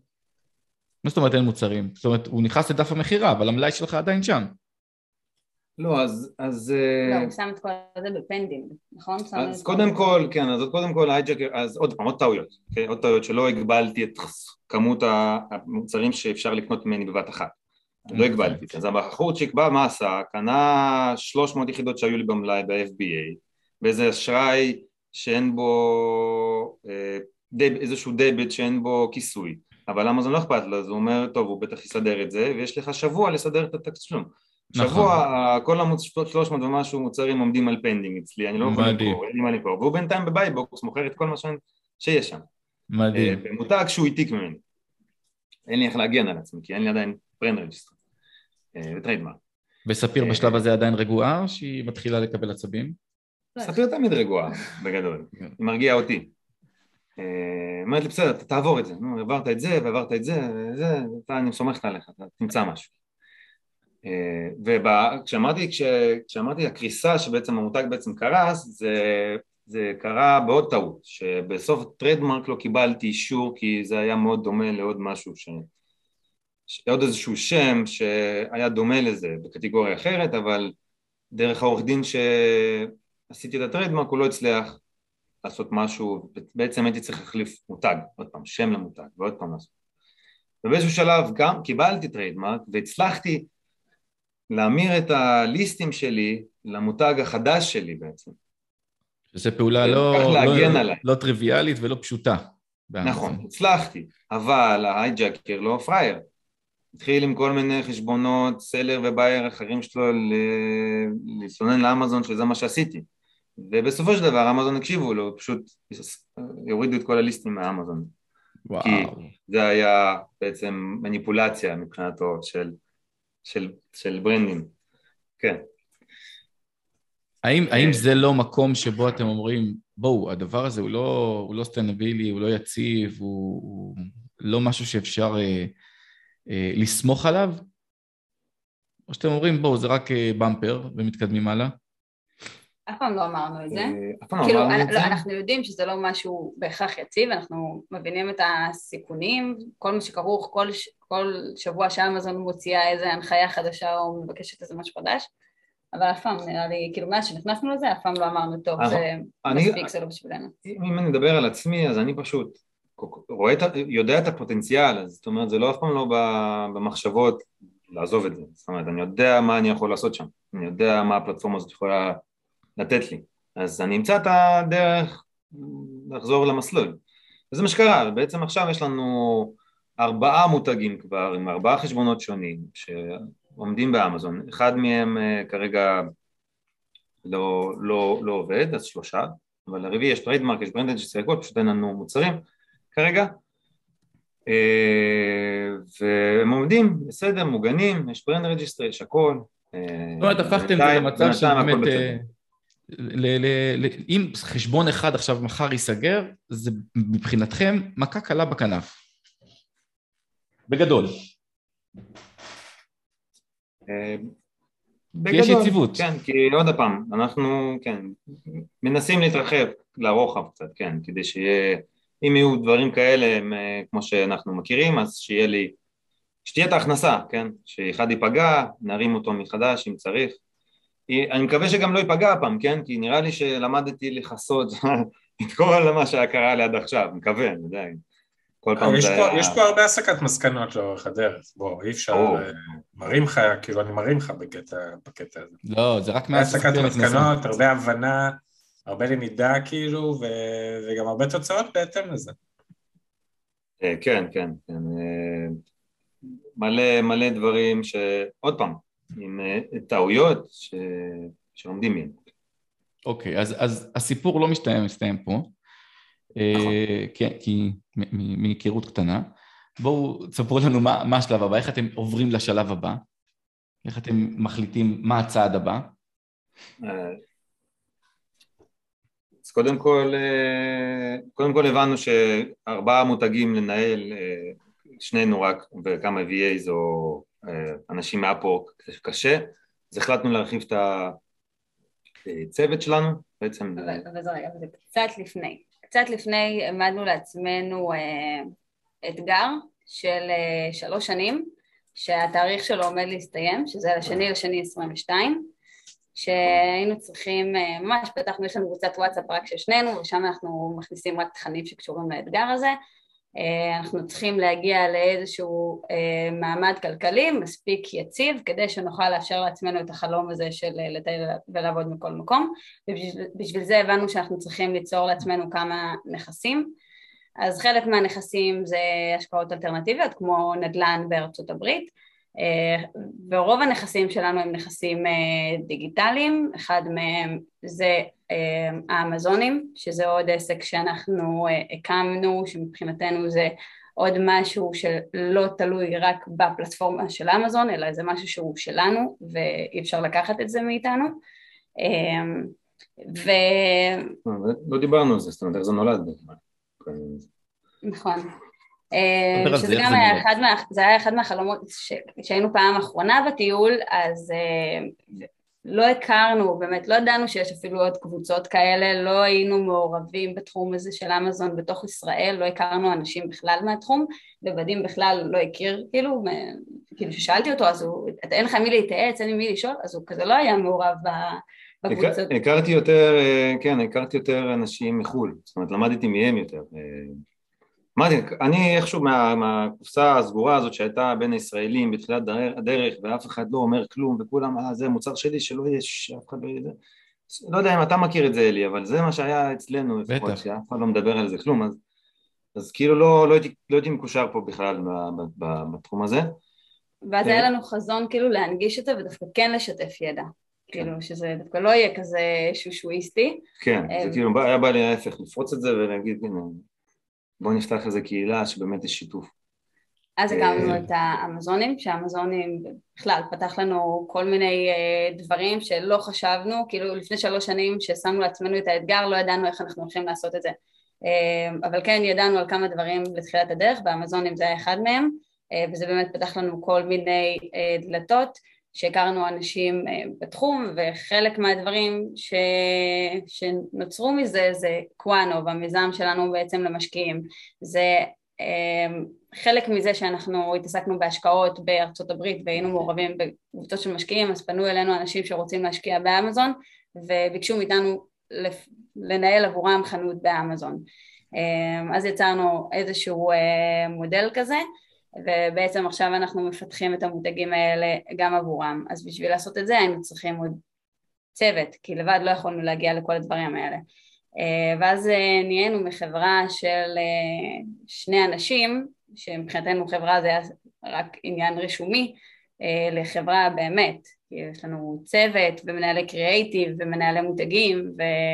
מה זאת אומרת אין מוצרים? זאת אומרת, הוא נכנס לדף המחירה, אבל המלאי שלך עדיין שם. לא, אז... אז לא, הוא שם את כל זה בפנדינג, נכון? אז קודם כל, כן, אז קודם כל, אז עוד פעם, עוד טעויות, עוד טעויות שלא הגבלתי את כמות המוצרים שאפשר לקנות ממני בבת אחת. לא הגבלתי, אז הבחורצ'יק בא, מה עשה? קנה שלוש מאות יחידות שהיו לי במלאי ב-אף בי איי, באיזה אשראי שאין בו, איזשהו דביט שאין בו כיסוי, אבל אמזון לא אכפת לו, אז הוא אומר, טוב, הוא בטח יסדר את זה, ויש לך שבוע לסדר את התשלום. שבוע, כל ה-שלוש מאות ומשהו מוצרים עומדים על פנדינג אצלי, אני לא יכול למכור, אין לי מה למכור, והוא בינתיים בבייבוקס מוכר את כל מה שיש שם. מדהים. במותג שהוא העתיק ממני. אין לי איך להגן על עצמי, כי אין לי עדיין ברנד רג'יסטר וטריידמרק. וספיר בשלב הזה עדיין רגועה, שהיא מתחילה לקבל עצבים? ספיר תמיד רגועה, בגדול, היא מרגיעה אותי. אומרת לי, בסדר, תעבור את זה, עברת את זה ועברת את זה, אני סומכת עליך, תמצא משהו. וכשאמרתי, כשאמרתי הקריסה שבעצם המותג בעצם קרס, זה, זה קרה בעוד טעות, שבסוף טריידמרק לא קיבלתי אישור, כי זה היה מאוד דומה לעוד משהו, ש... עוד איזשהו שם שהיה דומה לזה בקטגוריה אחרת, אבל דרך העורך דין שעשיתי את הטריידמרק, הוא לא הצליח לעשות משהו, בעצם הייתי צריך להחליף מותג, עוד פעם, שם למותג, ועוד פעם לעשות. ובאיזשהו שלב גם קיבלתי טריידמרק, והצלחתי להמיר את הליסטים שלי למותג החדש שלי בעצם. שזו פעולה לא, לא, לא טריוויאלית ולא פשוטה. נכון, הצלחתי, אבל ההייג'קר לא פרייר. התחיל עם כל מיני חשבונות, סלר ובייר אחרים שלו לסונן לאמזון שזה מה שעשיתי. ובסופו של דבר אמזון הקשיבו לו, פשוט יורידו את כל הליסטים מהאמזון. וואו. כי זה היה בעצם מניפולציה מבחינתו של... של, של ברנדים, כן. האם, האם זה לא מקום שבו אתם אומרים, בואו, הדבר הזה הוא לא, הוא לא סטנבילי, הוא לא יציב, הוא, הוא לא משהו שאפשר אה, אה, לסמוך עליו? או שאתם אומרים, בואו, זה רק אה, במפר ומתקדמים הלאה? אף פעם לא אמרנו את זה. אף פעם לא כאילו, אמרנו את זה. אנחנו יודעים שזה לא משהו בהכרח יציב, אנחנו מבינים את הסיכונים, כל מה שכרוך, כל, כל שבוע שאמזון מוציאה איזו הנחיה חדשה או מבקשת איזה משהו חדש, אבל אף פעם נראה לי, כאילו מאז שנכנסנו לזה, אף פעם לא אמרנו טוב, זה מספיק, זה לא בשבילנו. אם אני מדבר על עצמי, אז אני פשוט רואה, יודע את הפוטנציאל, אז זאת אומרת, זה לא אף פעם לא במחשבות לעזוב את זה, זאת אומרת, אני יודע מה אני יכול לעשות שם, אני יודע מה הפלטפורמה הזאת יכולה לתת לי, אז אני אמצא את הדרך לחזור למסלול, וזה מה שקרה, בעצם עכשיו יש לנו ארבעה מותגים כבר, עם ארבעה חשבונות שונים, שעומדים באמזון, אחד מהם כרגע לא, לא, לא עובד, אז שלושה, אבל הרביעי יש טריידמרק, יש ברנד רג'יסטר, פשוט אין לנו מוצרים כרגע, והם עומדים בסדר, מוגנים, יש ברנד רג'יסטר, יש הכל. זאת אומרת, הפכתם את זה למצב שבאמת, אם חשבון אחד עכשיו מחר ייסגר, זה מבחינתכם מכה קלה בכנף. בגדול. יש יציבות. כן, כי עוד הפעם, אנחנו, כן, מנסים להתרחב לרוחב קצת, כן, כדי שיהיה, אם יהיו דברים כאלה, כמו שאנחנו מכירים, אז שיהיה לי, שתהיה את ההכנסה, כן, שאחד ייפגע, נרים אותו מחדש אם צריך. אני מקווה שגם לא ייפגע הפעם, כן, כי נראה לי שלמדתי לחסות את כל מה שקרה לי עד עכשיו, מקווה, אני יודע. יש פה הרבה הסקת מסקנות לאורך הדרך, בוא, אי אפשר, מרים לך, כאילו אני מרים לך בקטע הזה. לא, זה רק מהסקת מסקנות, הרבה הבנה, הרבה למידה כאילו, וגם הרבה תוצאות בהתאם לזה. כן, כן, מלא מלא דברים שעוד פעם, עם טעויות שעומדים מהם. אוקיי, אז הסיפור לא מסתיים, מסתיים פה. נכון. כן, כי מהיכרות קטנה. בואו תספרו לנו מה, מה השלב הבא, איך אתם עוברים לשלב הבא, איך אתם מחליטים מה הצעד הבא. אז קודם כל, קודם כל הבנו שארבעה מותגים לנהל, שנינו רק וכמה וי איז או אנשים מאפורק קשה, אז החלטנו להרחיב את הצוות שלנו בעצם. אבל זה רגע, זה קצת לפני. קצת לפני עמדנו לעצמנו אה, אתגר של אה, שלוש שנים, שהתאריך שלו עומד להסתיים, שזה לשני לשני עשרים ושתיים, שהיינו צריכים, ממש פתחנו, יש לנו קבוצת וואטסאפ רק של שנינו, ושם אנחנו מכניסים רק תכנים שקשורים לאתגר הזה. אנחנו צריכים להגיע לאיזשהו מעמד כלכלי מספיק יציב, כדי שנוכל לאפשר לעצמנו את החלום הזה של לטייל ולעבוד מכל מקום, ובשביל זה הבנו שאנחנו צריכים ליצור לעצמנו כמה נכסים. אז חלק מהנכסים זה השקעות אלטרנטיביות, כמו נדל"ן בארצות הברית, ורוב הנכסים שלנו הם נכסים דיגיטליים. אחד מהם זה האמזונים, שזה עוד עסק שאנחנו הקמנו, שמבחינתנו זה עוד משהו שלא תלוי רק בפלטפורמה של אמזון, אלא זה משהו שהוא שלנו, ואי אפשר לקחת את זה מאיתנו. ו... לא דיברנו על זה, זאת אומרת, איך זה נולד. נכון. שזה גם היה אחד, מה, זה היה אחד מהחלומות שהיינו פעם אחרונה בטיול, אז לא הכרנו, באמת לא ידענו שיש אפילו עוד קבוצות כאלה, לא היינו מעורבים בתחום הזה של אמזון בתוך ישראל, לא הכרנו אנשים בכלל מהתחום, ובדים בכלל לא הכיר, כאילו, כאילו ששאלתי אותו, אז הוא, אין לך מי להתייעץ, אין לי מי לשאול, אז הוא כזה לא היה מעורב בקבוצות. הכרתי יותר, כן, הכרתי יותר אנשים מחול, זאת אומרת, למדתי מהם יותר. אמרתי, אני איכשהו מה, מהקופסה הסגורה הזאת שהייתה בין הישראלים בתחילת הדרך, ואף אחד לא אומר כלום, וכולם, אה, זה מוצר שלי שלא יש, אף אחד לא ידע. לא יודע אם אתה מכיר את זה, אלי, אבל זה מה שהיה אצלנו, לפחות, שאף אחד לא מדבר על זה כלום, אז, אז כאילו לא, לא, הייתי, לא הייתי מקושר פה בכלל בתחום הזה. ואז היה לנו חזון כאילו להנגיש את זה, ודווקא כן לשתף ידע. כאילו שזה דווקא לא יהיה כזה שושואיסטי. כן, זה כאילו היה בא לי ההפך, לפרוץ את זה ולהגיד, הנה, בואו נפתח איזה קהילה שבאמת יש שיתוף. אז הקמנו את האמזונים, שהאמזונים בכלל פתח לנו כל מיני דברים שלא חשבנו, כאילו לפני שלוש שנים ששמנו לעצמנו את האתגר, לא ידענו איך אנחנו הולכים לעשות את זה. אבל כן ידענו על כמה דברים לתחילת הדרך, באמזונים זה היה אחד מהם, וזה באמת פתח לנו כל מיני דלתות, שהכרנו אנשים בתחום, וחלק מהדברים ש... שנוצרו מזה זה קואנו, והמיזם שלנו בעצם למשקיעים. זה חלק מזה שאנחנו התעסקנו בהשקעות בארצות הברית, והיינו מעורבים בקבוצות של משקיעים, אז פנו אלינו אנשים שרוצים להשקיע באמזון, וביקשו מאיתנו לנהל עבורם חנות באמזון. אז יצרנו איזשהו מודל כזה, ובעצם עכשיו אנחנו מפתחים את המותגים האלה גם עבורם. אז בשביל לעשות את זה היינו צריכים עוד צוות, כי לבד לא יכולנו להגיע לכל הדברים האלה. ואז נהיינו מחברה של שני אנשים, שמבחינתנו חברה זה היה רק עניין רשומי, לחברה באמת. יש לנו צוות ומנהלי קריאייטיב ומנהלי מותגים,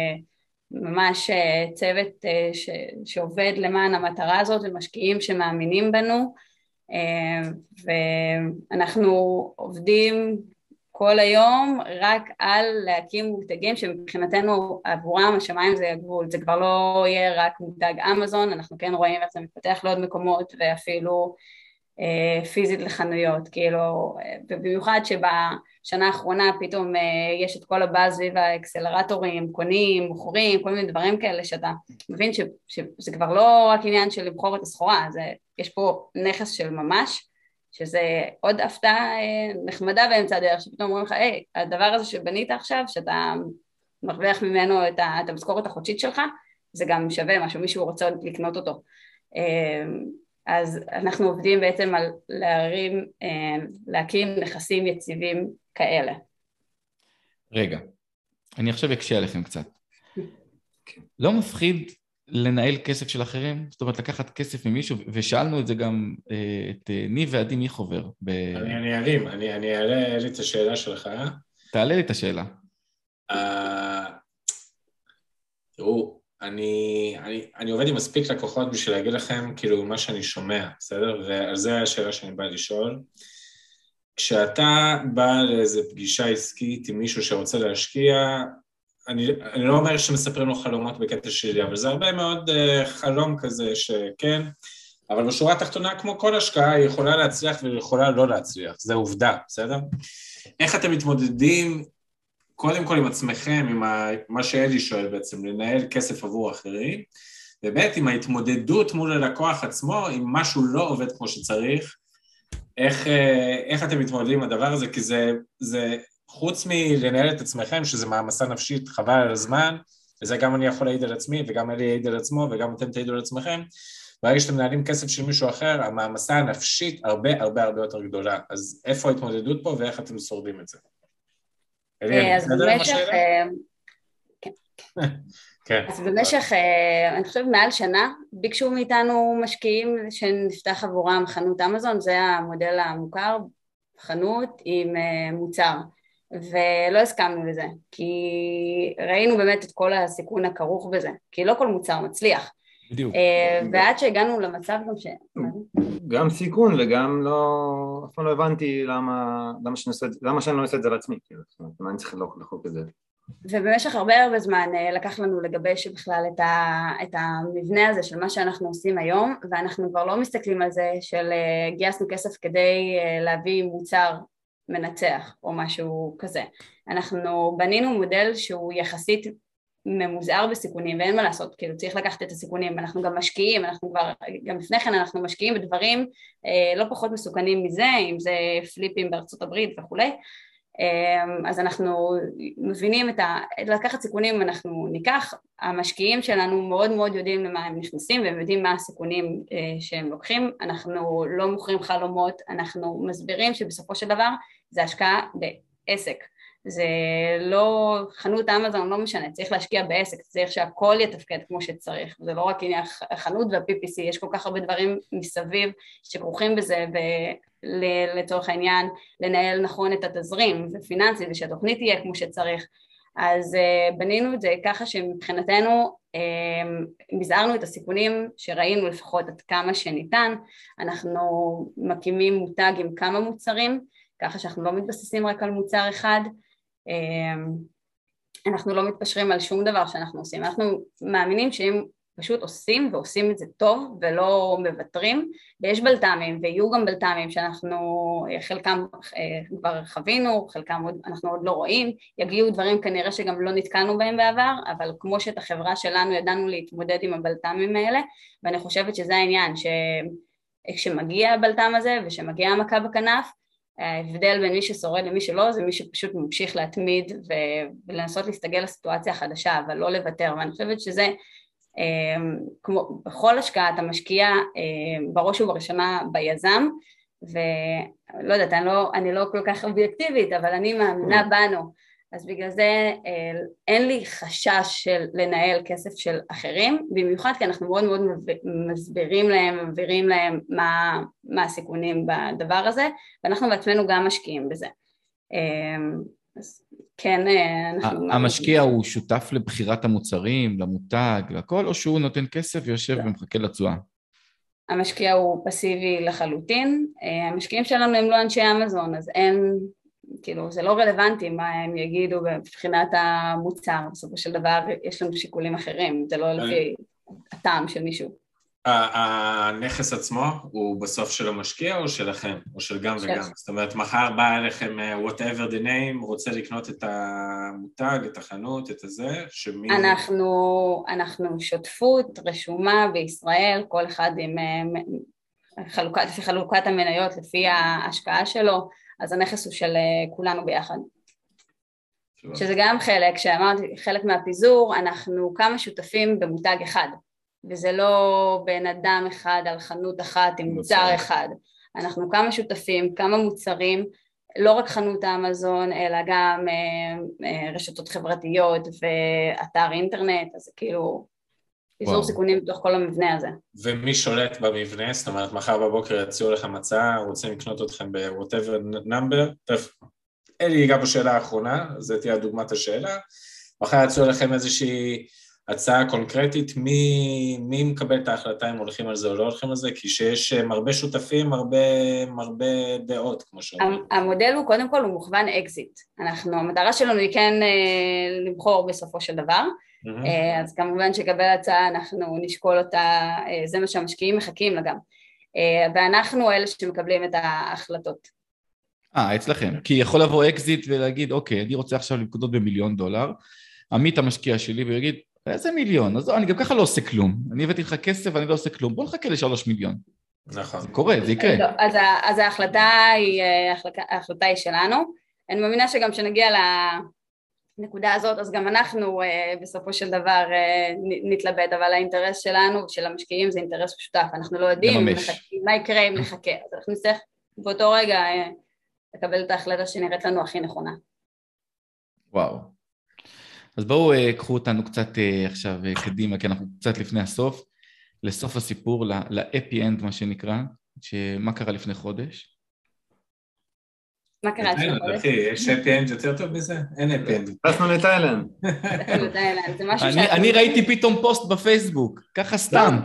וממש צוות ש... שעובד למען המטרה הזאת, ומשקיעים שמאמינים בנו, ואנחנו עובדים כל היום רק על להקים מותגים שמבחינתנו עבורם השמיים זה הגבול, זה כבר לא יהיה רק מותג אמזון, אנחנו כן רואים איך זה מתפתח לעוד מקומות ואפילו פיזית לחנויות, כאילו, ובמיוחד שבשנה האחרונה פתאום יש את כל הבאז סביב האקסלרטורים, קונים, מוכרים, כל מיני דברים כאלה שאתה מבין ש, שזה כבר לא רק עניין של לבחור את הסחורה, זה, יש פה נכס של ממש, שזה עוד הפתעה נחמדה באמצע הדרך, שפתאום אומרים לך, היי, הדבר הזה שבנית עכשיו, שאתה מרוויח ממנו את המשכורת החודשית שלך, זה גם שווה משהו, מישהו רוצה לקנות אותו. אז אנחנו עובדים בעצם על להרים, להקים נכסים יציבים כאלה. רגע, אני עכשיו אקשה עליכם קצת. לא מפחיד לנהל כסף של אחרים? זאת אומרת, לקחת כסף ממישהו, ושאלנו את זה גם את ניב ועדי מיכובר. אני ארים, אני אעלה לי את השאלה שלך. תעלה לי את השאלה. תראו, אני, אני, אני עובד עם מספיק לקוחות בשביל להגיד לכם כאילו מה שאני שומע, בסדר? ועל זה השאלה שאני בא לשאול. כשאתה בא לאיזו פגישה עסקית עם מישהו שרוצה להשקיע, אני, אני לא אומר שמספרים לו חלומות בקטע שלי, אבל זה הרבה מאוד uh, חלום כזה שכן, אבל בשורה התחתונה כמו כל השקעה היא יכולה להצליח והיא יכולה לא להצליח, זה עובדה, בסדר? איך אתם מתמודדים קודם כל עם עצמכם, עם מה שאלי שואל בעצם, לנהל כסף עבור אחרים, ובאמת עם ההתמודדות מול הלקוח עצמו, אם משהו לא עובד כמו שצריך, איך, איך אתם מתמודדים עם הדבר הזה, כי זה, זה, חוץ מלנהל את עצמכם, שזה מעמסה נפשית חבל על הזמן, וזה גם אני יכול להעיד על עצמי, וגם אלי יעיד על עצמו, וגם אתם תעידו על עצמכם, ברגע שאתם מנהלים כסף של מישהו אחר, המעמסה הנפשית הרבה הרבה הרבה יותר גדולה. אז איפה ההתמודדות פה, ואיך אתם שורדים את זה? אלי, אז במשך... כן. אז במשך, אני חושבת, מעל שנה, ביקשו מאיתנו משקיעים שנפתח עבורם חנות אמזון, זה המודל המוכר, חנות עם מוצר, ולא הסכמנו לזה, כי ראינו באמת את כל הסיכון הכרוך בזה, כי לא כל מוצר מצליח. בדיוק. ועד שהגענו למצב גם ש... גם סיכון וגם לא... אף פעם לא הבנתי למה, למה שאני עושה, למה שאני לא עושה את זה לעצמי, כאילו, זאת אומרת, מה אני צריך לחוק את זה? ובמשך הרבה הרבה זמן לקח לנו לגבש בכלל את, ה, את המבנה הזה של מה שאנחנו עושים היום, ואנחנו כבר לא מסתכלים על זה של גייסנו כסף כדי להביא מוצר מנצח או משהו כזה. אנחנו בנינו מודל שהוא יחסית ממוזער בסיכונים, ואין מה לעשות, כאילו צריך לקחת את הסיכונים, אנחנו גם משקיעים, אנחנו כבר, גם לפני כן אנחנו משקיעים בדברים לא פחות מסוכנים מזה, אם זה פליפים בארצות הברית וכולי, אז אנחנו מבינים את ה... לקחת סיכונים אנחנו ניקח, המשקיעים שלנו מאוד מאוד יודעים למה הם נכנסים והם יודעים מה הסיכונים שהם לוקחים, אנחנו לא מוכרים חלומות, אנחנו מסבירים שבסופו של דבר זה השקעה בעסק, זה לא, חנות אמזון לא משנה, צריך להשקיע בעסק, צריך שהכל יתפקד כמו שצריך, זה לא רק עניין החנות וה-פי פי סי, יש כל כך הרבה דברים מסביב שכרוכים בזה, ולצורך העניין לנהל נכון את התזרים ופיננסי, ושהתוכנית תהיה כמו שצריך, אז בנינו את זה ככה שמבחינתנו מזערנו את הסיכונים שראינו לפחות עד כמה שניתן, אנחנו מקימים מותג עם כמה מוצרים, ככה שאנחנו לא מתבססים רק על מוצר אחד, אנחנו לא מתפשרים על שום דבר שאנחנו עושים, אנחנו מאמינים שהם פשוט עושים ועושים את זה טוב ולא מבטרים, ויש בלת"מים ויהיו גם בלת"מים שאנחנו חלקם כבר חווינו, חלקם עוד, אנחנו עוד לא רואים, יגיעו דברים כנראה שגם לא נתקלנו בהם בעבר, אבל כמו שאת החברה שלנו ידענו להתמודד עם הבלת"מים האלה, ואני חושבת שזה העניין, שכשמגיע הבלת"ם הזה ושמגיע המכה בכנף, ההבדל בין מי ששורד למי שלא, זה מי שפשוט ממשיך להתמיד ולנסות להסתגל לסיטואציה החדשה, אבל לא לוותר, ואני חושבת שזה, כמו בכל השקעה אתה משקיע בראש ובראשונה ביזם, ולא יודעת, אני לא, אני לא כל כך אובייקטיבית, אבל אני מאמינה בנו, אז בגלל זה אין לי חשש של לנהל כסף של אחרים, במיוחד כי אנחנו מאוד מאוד מסבירים להם ומבהירים להם מה, מה הסיכונים בדבר הזה, ואנחנו בעצמנו גם משקיעים בזה. אז כן, אנחנו... המשקיע הוא שותף לבחירת המוצרים, למותג, לכל, או שהוא נותן כסף ויושב ומחכה לתשואה? המשקיע הוא פסיבי לחלוטין, המשקיעים שלנו הם לא אנשי אמזון, אז אין... כאילו, זה לא רלוונטי מה הם יגידו בבחינת המוצר, בסופו של דבר יש לנו שיקולים אחרים, זה לא לפי הטעם של מישהו. הנכס עצמו הוא בסוף של המשקיע או שלכם, או של גם וגם? זאת אומרת, מחר בא אליכם whatever the name, רוצה לקנות את המותג, את החנות, את הזה, שמי... אנחנו, אנחנו שותפות רשומה בישראל, כל אחד עם חלוקת, לפי חלוקת המניות, לפי ההשקעה שלו, אז הנכס הוא של כולנו ביחד. שזה גם חלק, שאמרתי, חלק מהפיזור, אנחנו כמה שותפים במותג אחד, וזה לא בן אדם אחד על חנות אחת עם מוצר אחד. אנחנו כמה שותפים, כמה מוצרים, לא רק חנות אמזון, אלא גם רשתות חברתיות ואתר אינטרנט, אז כאילו פיזור סיכונים בתוך כל המבנה הזה. ומי שולט במבנה? זאת אומרת, מחר בבוקר יציעו לכם הצעה, רוצים לקנות אתכם ב-whatever number, טוב, אלי ייגע בשאלה האחרונה, זה תהיה דוגמת השאלה, מחר יציעו לכם איזושהי הצעה קונקרטית, מי, מי מקבל את ההחלטה אם הולכים על זה או לא הולכים על זה, כי שיש הרבה שותפים, הרבה, הרבה דעות, כמו שאומרים. המודל הוא, קודם כל, הוא מוכוון אקזיט. אנחנו, המטרה שלנו היא כן לבחור בסופו של דבר, אז כמובן שקבל הצעה אנחנו נשקול אותה, זה מה שהמשקיעים מחכים לה גם, ואנחנו אלה שמקבלים את ההחלטות. אה, אצלכם, כי יכול לבוא אקזיט ולהגיד, אוקיי, אני רוצה עכשיו לקנות במיליון דולר, עמית המשקיע שלי ויגיד, איזה מיליון? אז אני גם ככה לא עושה כלום, אני הבאתי לך כסף ואני לא עושה כלום, בוא נחכה לשלוש מיליון. נכון. זה קורה, זה יקרה. אז ההחלטה היא, ההחלטה היא שלנו, אני מאמינה שגם כשנגיע לנקודה הזאת, אז גם אנחנו בסופו של דבר נתלבט, אבל האינטרס שלנו ושל המשקיעים זה אינטרס משותף, אנחנו לא יודעים מה יקרה אם נחכה, אז אנחנו נצטרך באותו רגע לקבל את ההחלטה שנראית לנו הכי נכונה. וואו. אז בואו קחו אותנו קצת עכשיו קדימה, כי אנחנו קצת לפני הסוף, לסוף הסיפור, לאפי אנד מה שנקרא, שמה קרה לפני חודש? מה קרה לפני חודש? אחי, יש אפי אנד יותר טוב מזה? אין אפי אנד. טסנו לתאילנד. טסנו לתאילנד, זה משהו שאנחנו... אני ראיתי פתאום פוסט בפייסבוק, ככה סתם.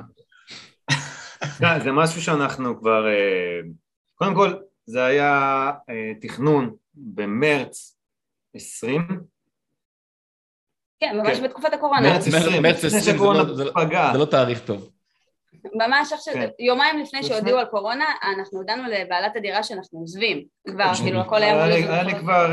זה משהו שאנחנו כבר... קודם כל, זה היה תכנון במרץ עשרים. כן, ממש בתקופת הקורונה. מרץ עשרים, מרץ עשרים זה לא תאריך טוב. ממש עכשיו, יומיים לפני שהודיעו על קורונה, אנחנו הודענו לבעלת הדירה שאנחנו עוזבים. כבר, כאילו, הכל היה... היה לי כבר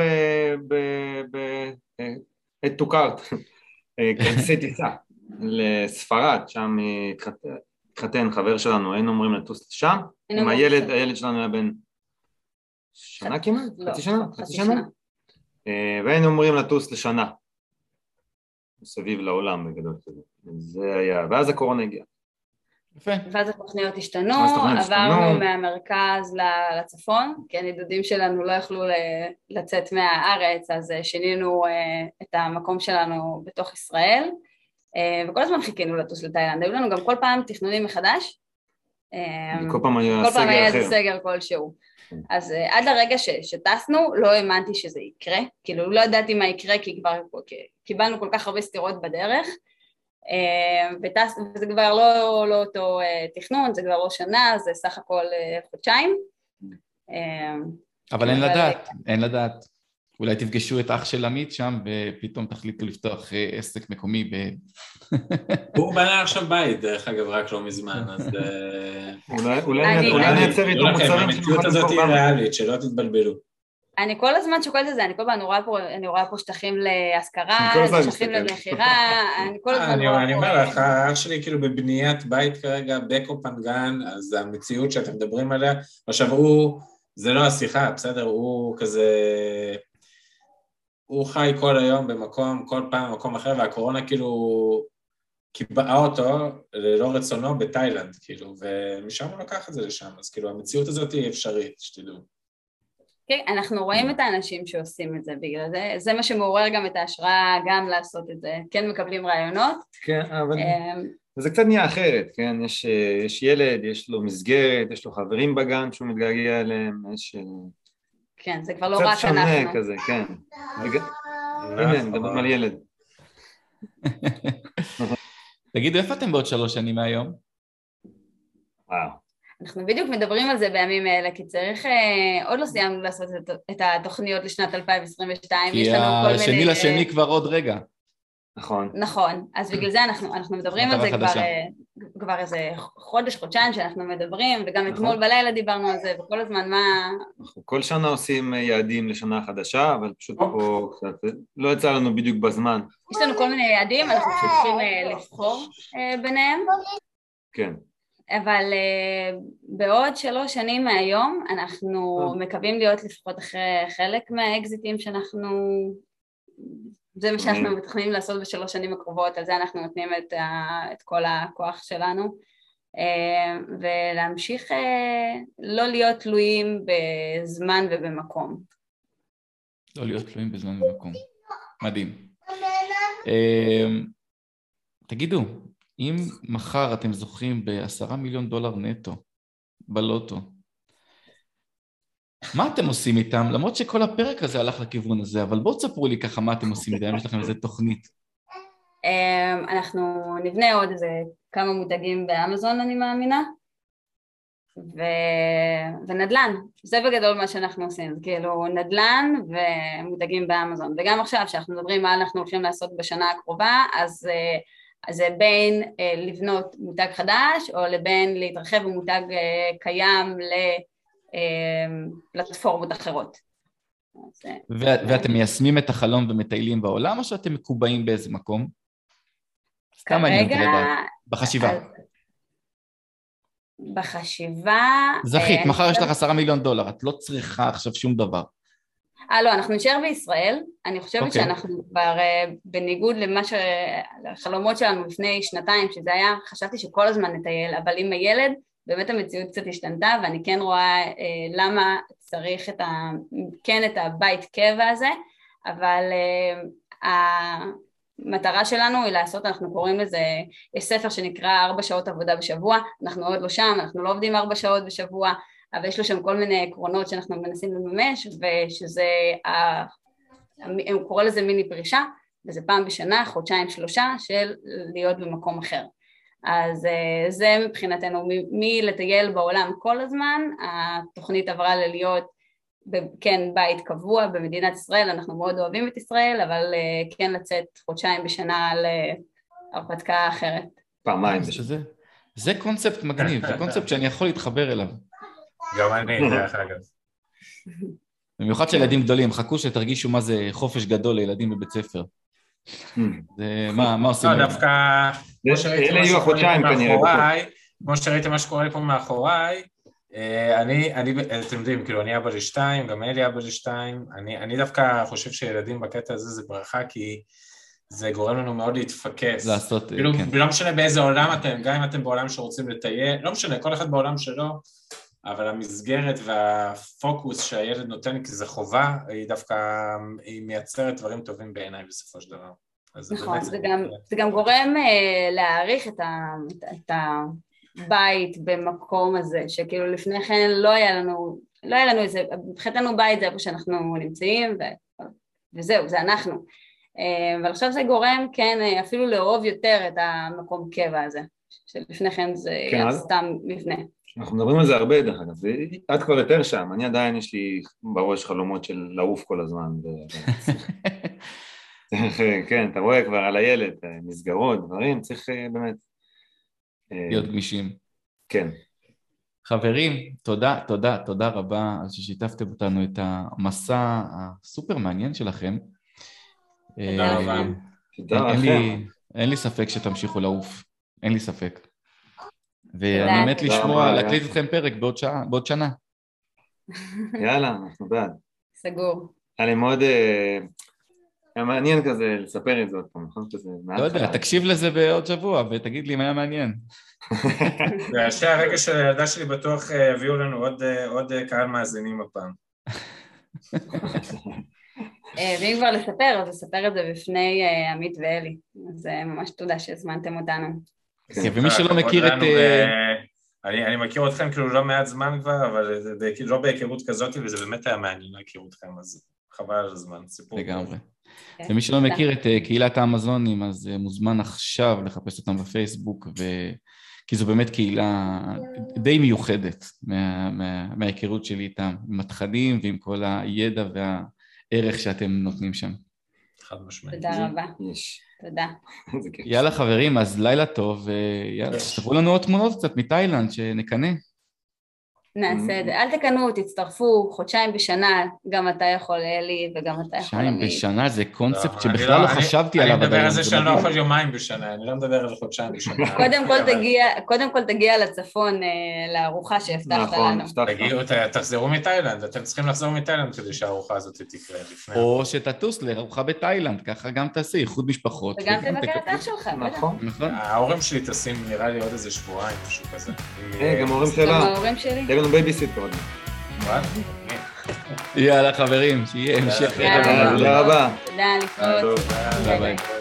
את תוקרת, כרטיסי טיסה לספרד, שם התחתן חבר שלנו, היינו אומרים לטוס לשם, עם הילד, הילד שלנו היה בן שנה כמעט? חצי שנה? חצי שנה? והיינו אומרים לטוס לשנה, מסביב לעולם בגדול כזה. זה היה, ואז הקורונה הגיעה. יפה. ואז התוכניות השתנו, עברנו מהמרכז לצפון, כי הנדודים שלנו לא יכלו לצאת מהארץ, אז שינינו את המקום שלנו בתוך ישראל, וכל הזמן חיכינו לטוס לתאילנד, היו לנו גם כל פעם תכנונים מחדש, כל פעם היה כל פעם היה סגר איזה אחר. סגר כלשהו. אז עד לרגע שטסנו, לא האמנתי שזה יקרה, כאילו לא ידעתי מה יקרה, כי כבר קיבלנו כל כך הרבה סתירות בדרך, וטס, וזה כבר לא, לא אותו תכנון, זה כבר לא שנה, זה סך הכל חודשיים. אבל אין לדעת, אין לדעת. אולי תפגשו את אח של עמית שם, ופתאום תחליטו לפתוח עסק מקומי ב... הוא בנה עכשיו בית, דרך אגב, רק לא מזמן, אז... אולי נייצר איתו מוצרים... המציאות הזאת היא ריאלית, שלא תתבלבלו. אני כל הזמן שוקלת את זה, אני כל הזמן רואה פה, אני רואה פה שטחים להשכרה, שטחים למכירה, אני כל הזמן רואה פה... אני אומר לך, אח שלי כאילו בבניית בית כרגע, בקופנגן, אז המציאות שאתם מדברים עליה, עכשיו הוא, זה לא השיחה, בסדר, הוא כזה... הוא חי כל היום במקום, כל פעם במקום אחר, והקורונה כאילו קיבעה אותו ללא רצונו בתאילנד, כאילו, ומשם הוא לקח את זה לשם, אז כאילו המציאות הזאת היא אפשרית, שתדעו. כן, אנחנו רואים את האנשים שעושים את זה בגלל זה, זה מה שמעורר גם את ההשראה גם לעשות את זה, כן מקבלים רעיונות. כן, אבל זה קצת נהיה אחרת, כן, יש, יש ילד, יש לו מסגרת, יש לו חברים בגן שהוא מתגעגע אליהם, יש... כן, זה כבר לא רק אנחנו. קצת שונה כזה, כן. הנה, מדברים על ילד. תגידו, איפה אתם בעוד שלוש שנים מהיום? וואו. אנחנו בדיוק מדברים על זה בימים האלה, כי צריך, עוד לא סיימנו לעשות את התוכניות לשנת אלפיים עשרים ושתיים. כי השני לשני כבר עוד רגע. נכון. נכון, אז בגלל זה אנחנו, אנחנו מדברים על זה כבר, כבר איזה חודש, חודשיים שאנחנו מדברים, וגם אתמול בלילה דיברנו על זה, וכל הזמן מה... אנחנו כל שנה עושים יעדים לשנה חדשה, אבל פשוט פה קצת, לא יצא לנו בדיוק בזמן. יש לנו כל מיני יעדים, אנחנו פשוט צריכים לבחור ביניהם. כן. אבל בעוד שלוש שנים מהיום, אנחנו מקווים להיות לפחות אחרי חלק מהאקזיטים שאנחנו... זה מה שאנחנו מתכננים לעשות בשלוש שנים הקרובות, על זה אנחנו נותנים את, ה, את כל הכוח שלנו, ולהמשיך לא להיות תלויים בזמן ובמקום. לא להיות תלויים בזמן ובמקום. מדהים. תגידו, אם מחר אתם זוכים בעשרה מיליון דולר נטו, בלוטו, מה אתם עושים איתם? למרות שכל הפרק הזה הלך לכיוון הזה, אבל בואו תספרו לי ככה מה אתם עושים איתם, יש לכם איזה תוכנית. אנחנו נבנה עוד איזה כמה מותגים באמזון, אני מאמינה, ו... ונדלן, זה בגדול מה שאנחנו עושים, כאילו נדלן ומותגים באמזון, וגם עכשיו שאנחנו מדברים מה אנחנו הולכים לעשות בשנה הקרובה, אז, אז זה בין לבנות מותג חדש, או לבין להתרחב במותג קיים ל... פלטפורמות אחרות. ואתם מיישמים את החלום ומטיילים בעולם, או שאתם מקובעים באיזה מקום? כרגע... בחשיבה. בחשיבה... זכית, מחר יש לך עשרה מיליון דולר, את לא צריכה עכשיו שום דבר. אה, לא, אנחנו נשאר בישראל, אני חושבת okay. שאנחנו כבר, בניגוד למה ש... לחלומות שלנו לפני שנתיים, שזה היה, חשבתי שכל הזמן נטייל, אבל עם הילד, באמת המציאות קצת השתנתה, ואני כן רואה אה, למה צריך את ה... כן את הבית קבע הזה, אבל אה, המטרה שלנו היא לעשות, אנחנו קוראים לזה, יש ספר שנקרא ארבע שעות עבודה בשבוע, אנחנו עוד לא שם, אנחנו לא עובדים ארבע שעות בשבוע, אבל יש לו שם כל מיני עקרונות שאנחנו מנסים לממש, ושזה, הוא קורא לזה מיני פרישה, וזה פעם בשנה, חודשיים שלושה, של להיות במקום אחר. אז זה מבחינתנו, מלטייל בעולם כל הזמן, התוכנית עברה ללהיות, כן, בית קבוע במדינת ישראל, אנחנו מאוד אוהבים את ישראל, אבל כן לצאת חודשיים בשנה להרפתקה אחרת. פעמיים. זה, זה קונספט מגניב, זה קונספט שאני יכול להתחבר אליו. גם אני, דרך אגב. במיוחד שילדים גדולים, חכו שתרגישו מה זה חופש גדול לילדים בבית ספר. זה, מה, מה עושים? לא, דווקא, אלה יהיו החודשיים כנראה. כמו שראיתם מה שקורה לי פה מאחוריי, אני, אני, אתם יודעים, כאילו, אני אבא לשתיים, גם אלי אבא לשתיים, אני, אני דווקא חושב שילדים בקטע הזה זה ברכה, כי זה גורם לנו מאוד להתפקס. לעשות, כאילו, כן. לא משנה באיזה עולם אתם, גם אם אתם בעולם שרוצים לטייל, לא משנה, כל אחד בעולם שלו, אבל המסגרת והפוקוס שהילד נותן, כי זה חובה, היא דווקא, היא מייצרת דברים טובים בעיניי בסופו של דבר. נכון, זה גם, זה גם גורם להעריך את ה, את הבית במקום הזה, שכאילו לפני כן לא היה לנו, לא היה לנו איזה, מבחינתנו בית זה איפה שאנחנו נמצאים, ו, וזהו, זה אנחנו. אבל עכשיו זה גורם, כן, אפילו לאהוב יותר את המקום קבע הזה, שלפני כן זה כן, סתם מבנה. אנחנו מדברים על זה הרבה דרך אגב, את כבר יותר שם, אני עדיין יש לי בראש חלומות של לעוף כל הזמן. כן, אתה רואה כבר על הילד, מסגרות, דברים, צריך באמת... להיות גמישים. כן. חברים, תודה, תודה, תודה רבה על ששיתפתם אותנו את המסע הסופר מעניין שלכם. תודה רבה. אין לי ספק שתמשיכו לעוף, אין לי ספק. ואני מת לשמוע, להקליט אתכם פרק בעוד שעה, בעוד שנה. יאללה, אנחנו בעד. סגור. היה לי מאוד... היה מעניין כזה לספר את זה עוד פעם, נכון? לא יודע, תקשיב לזה בעוד שבוע ותגיד לי אם היה מעניין. והרגע של הילדה שלי בטוח הביאו לנו עוד קהל מאזינים הפעם. ואם כבר לספר, אז לספר את זה בפני עמית ואלי. אז ממש תודה שהזמנתם אותנו. ומי שלא מכיר את... אני מכיר אתכם כאילו לא מעט זמן כבר, אבל לא בהיכרות כזאת, וזה באמת היה מעניין להכיר אתכם, אז חבל על הזמן, סיפור. לגמרי. ומי שלא מכיר את קהילת האמזונים, אז מוזמן עכשיו לחפש אותם בפייסבוק, כי זו באמת קהילה די מיוחדת מההיכרות שלי איתם, עם התכנים ועם כל הידע והערך שאתם נותנים שם. חד משמעית. תודה רבה. תודה. יאללה חברים, אז לילה טוב, ויאללה, תבואו לנו עוד תמונות קצת מתאילנד שנקנה. נעשה את זה, אל תקנו, תצטרפו, חודשיים בשנה, גם אתה יכול אלי וגם אתה יכול עמית. חודשיים בשנה זה קונספט שבכלל לא חשבתי עליו. אני מדבר על זה שאני לא יכול יומיים בשנה, אני לא מדבר על חודשיים בשנה. קודם כל תגיע לצפון לארוחה שהבטחת לנו. תגיעו, תחזרו מתאילנד, אתם צריכים לחזור מתאילנד כדי שהארוחה הזאת תקרה לפני. או שתטוס לארוחה בתאילנד, ככה גם תעשי, איחוד משפחות. וגם תבקר את אח שלך. נכון. ההורים שלי טסים נראה לי עוד איזה שבועיים, משהו כזה. גם ההורים שלה. בייביסיטר עוד. יאללה חברים, שיהיה המשך. תודה רבה. תודה, להתראות. ביי ביי.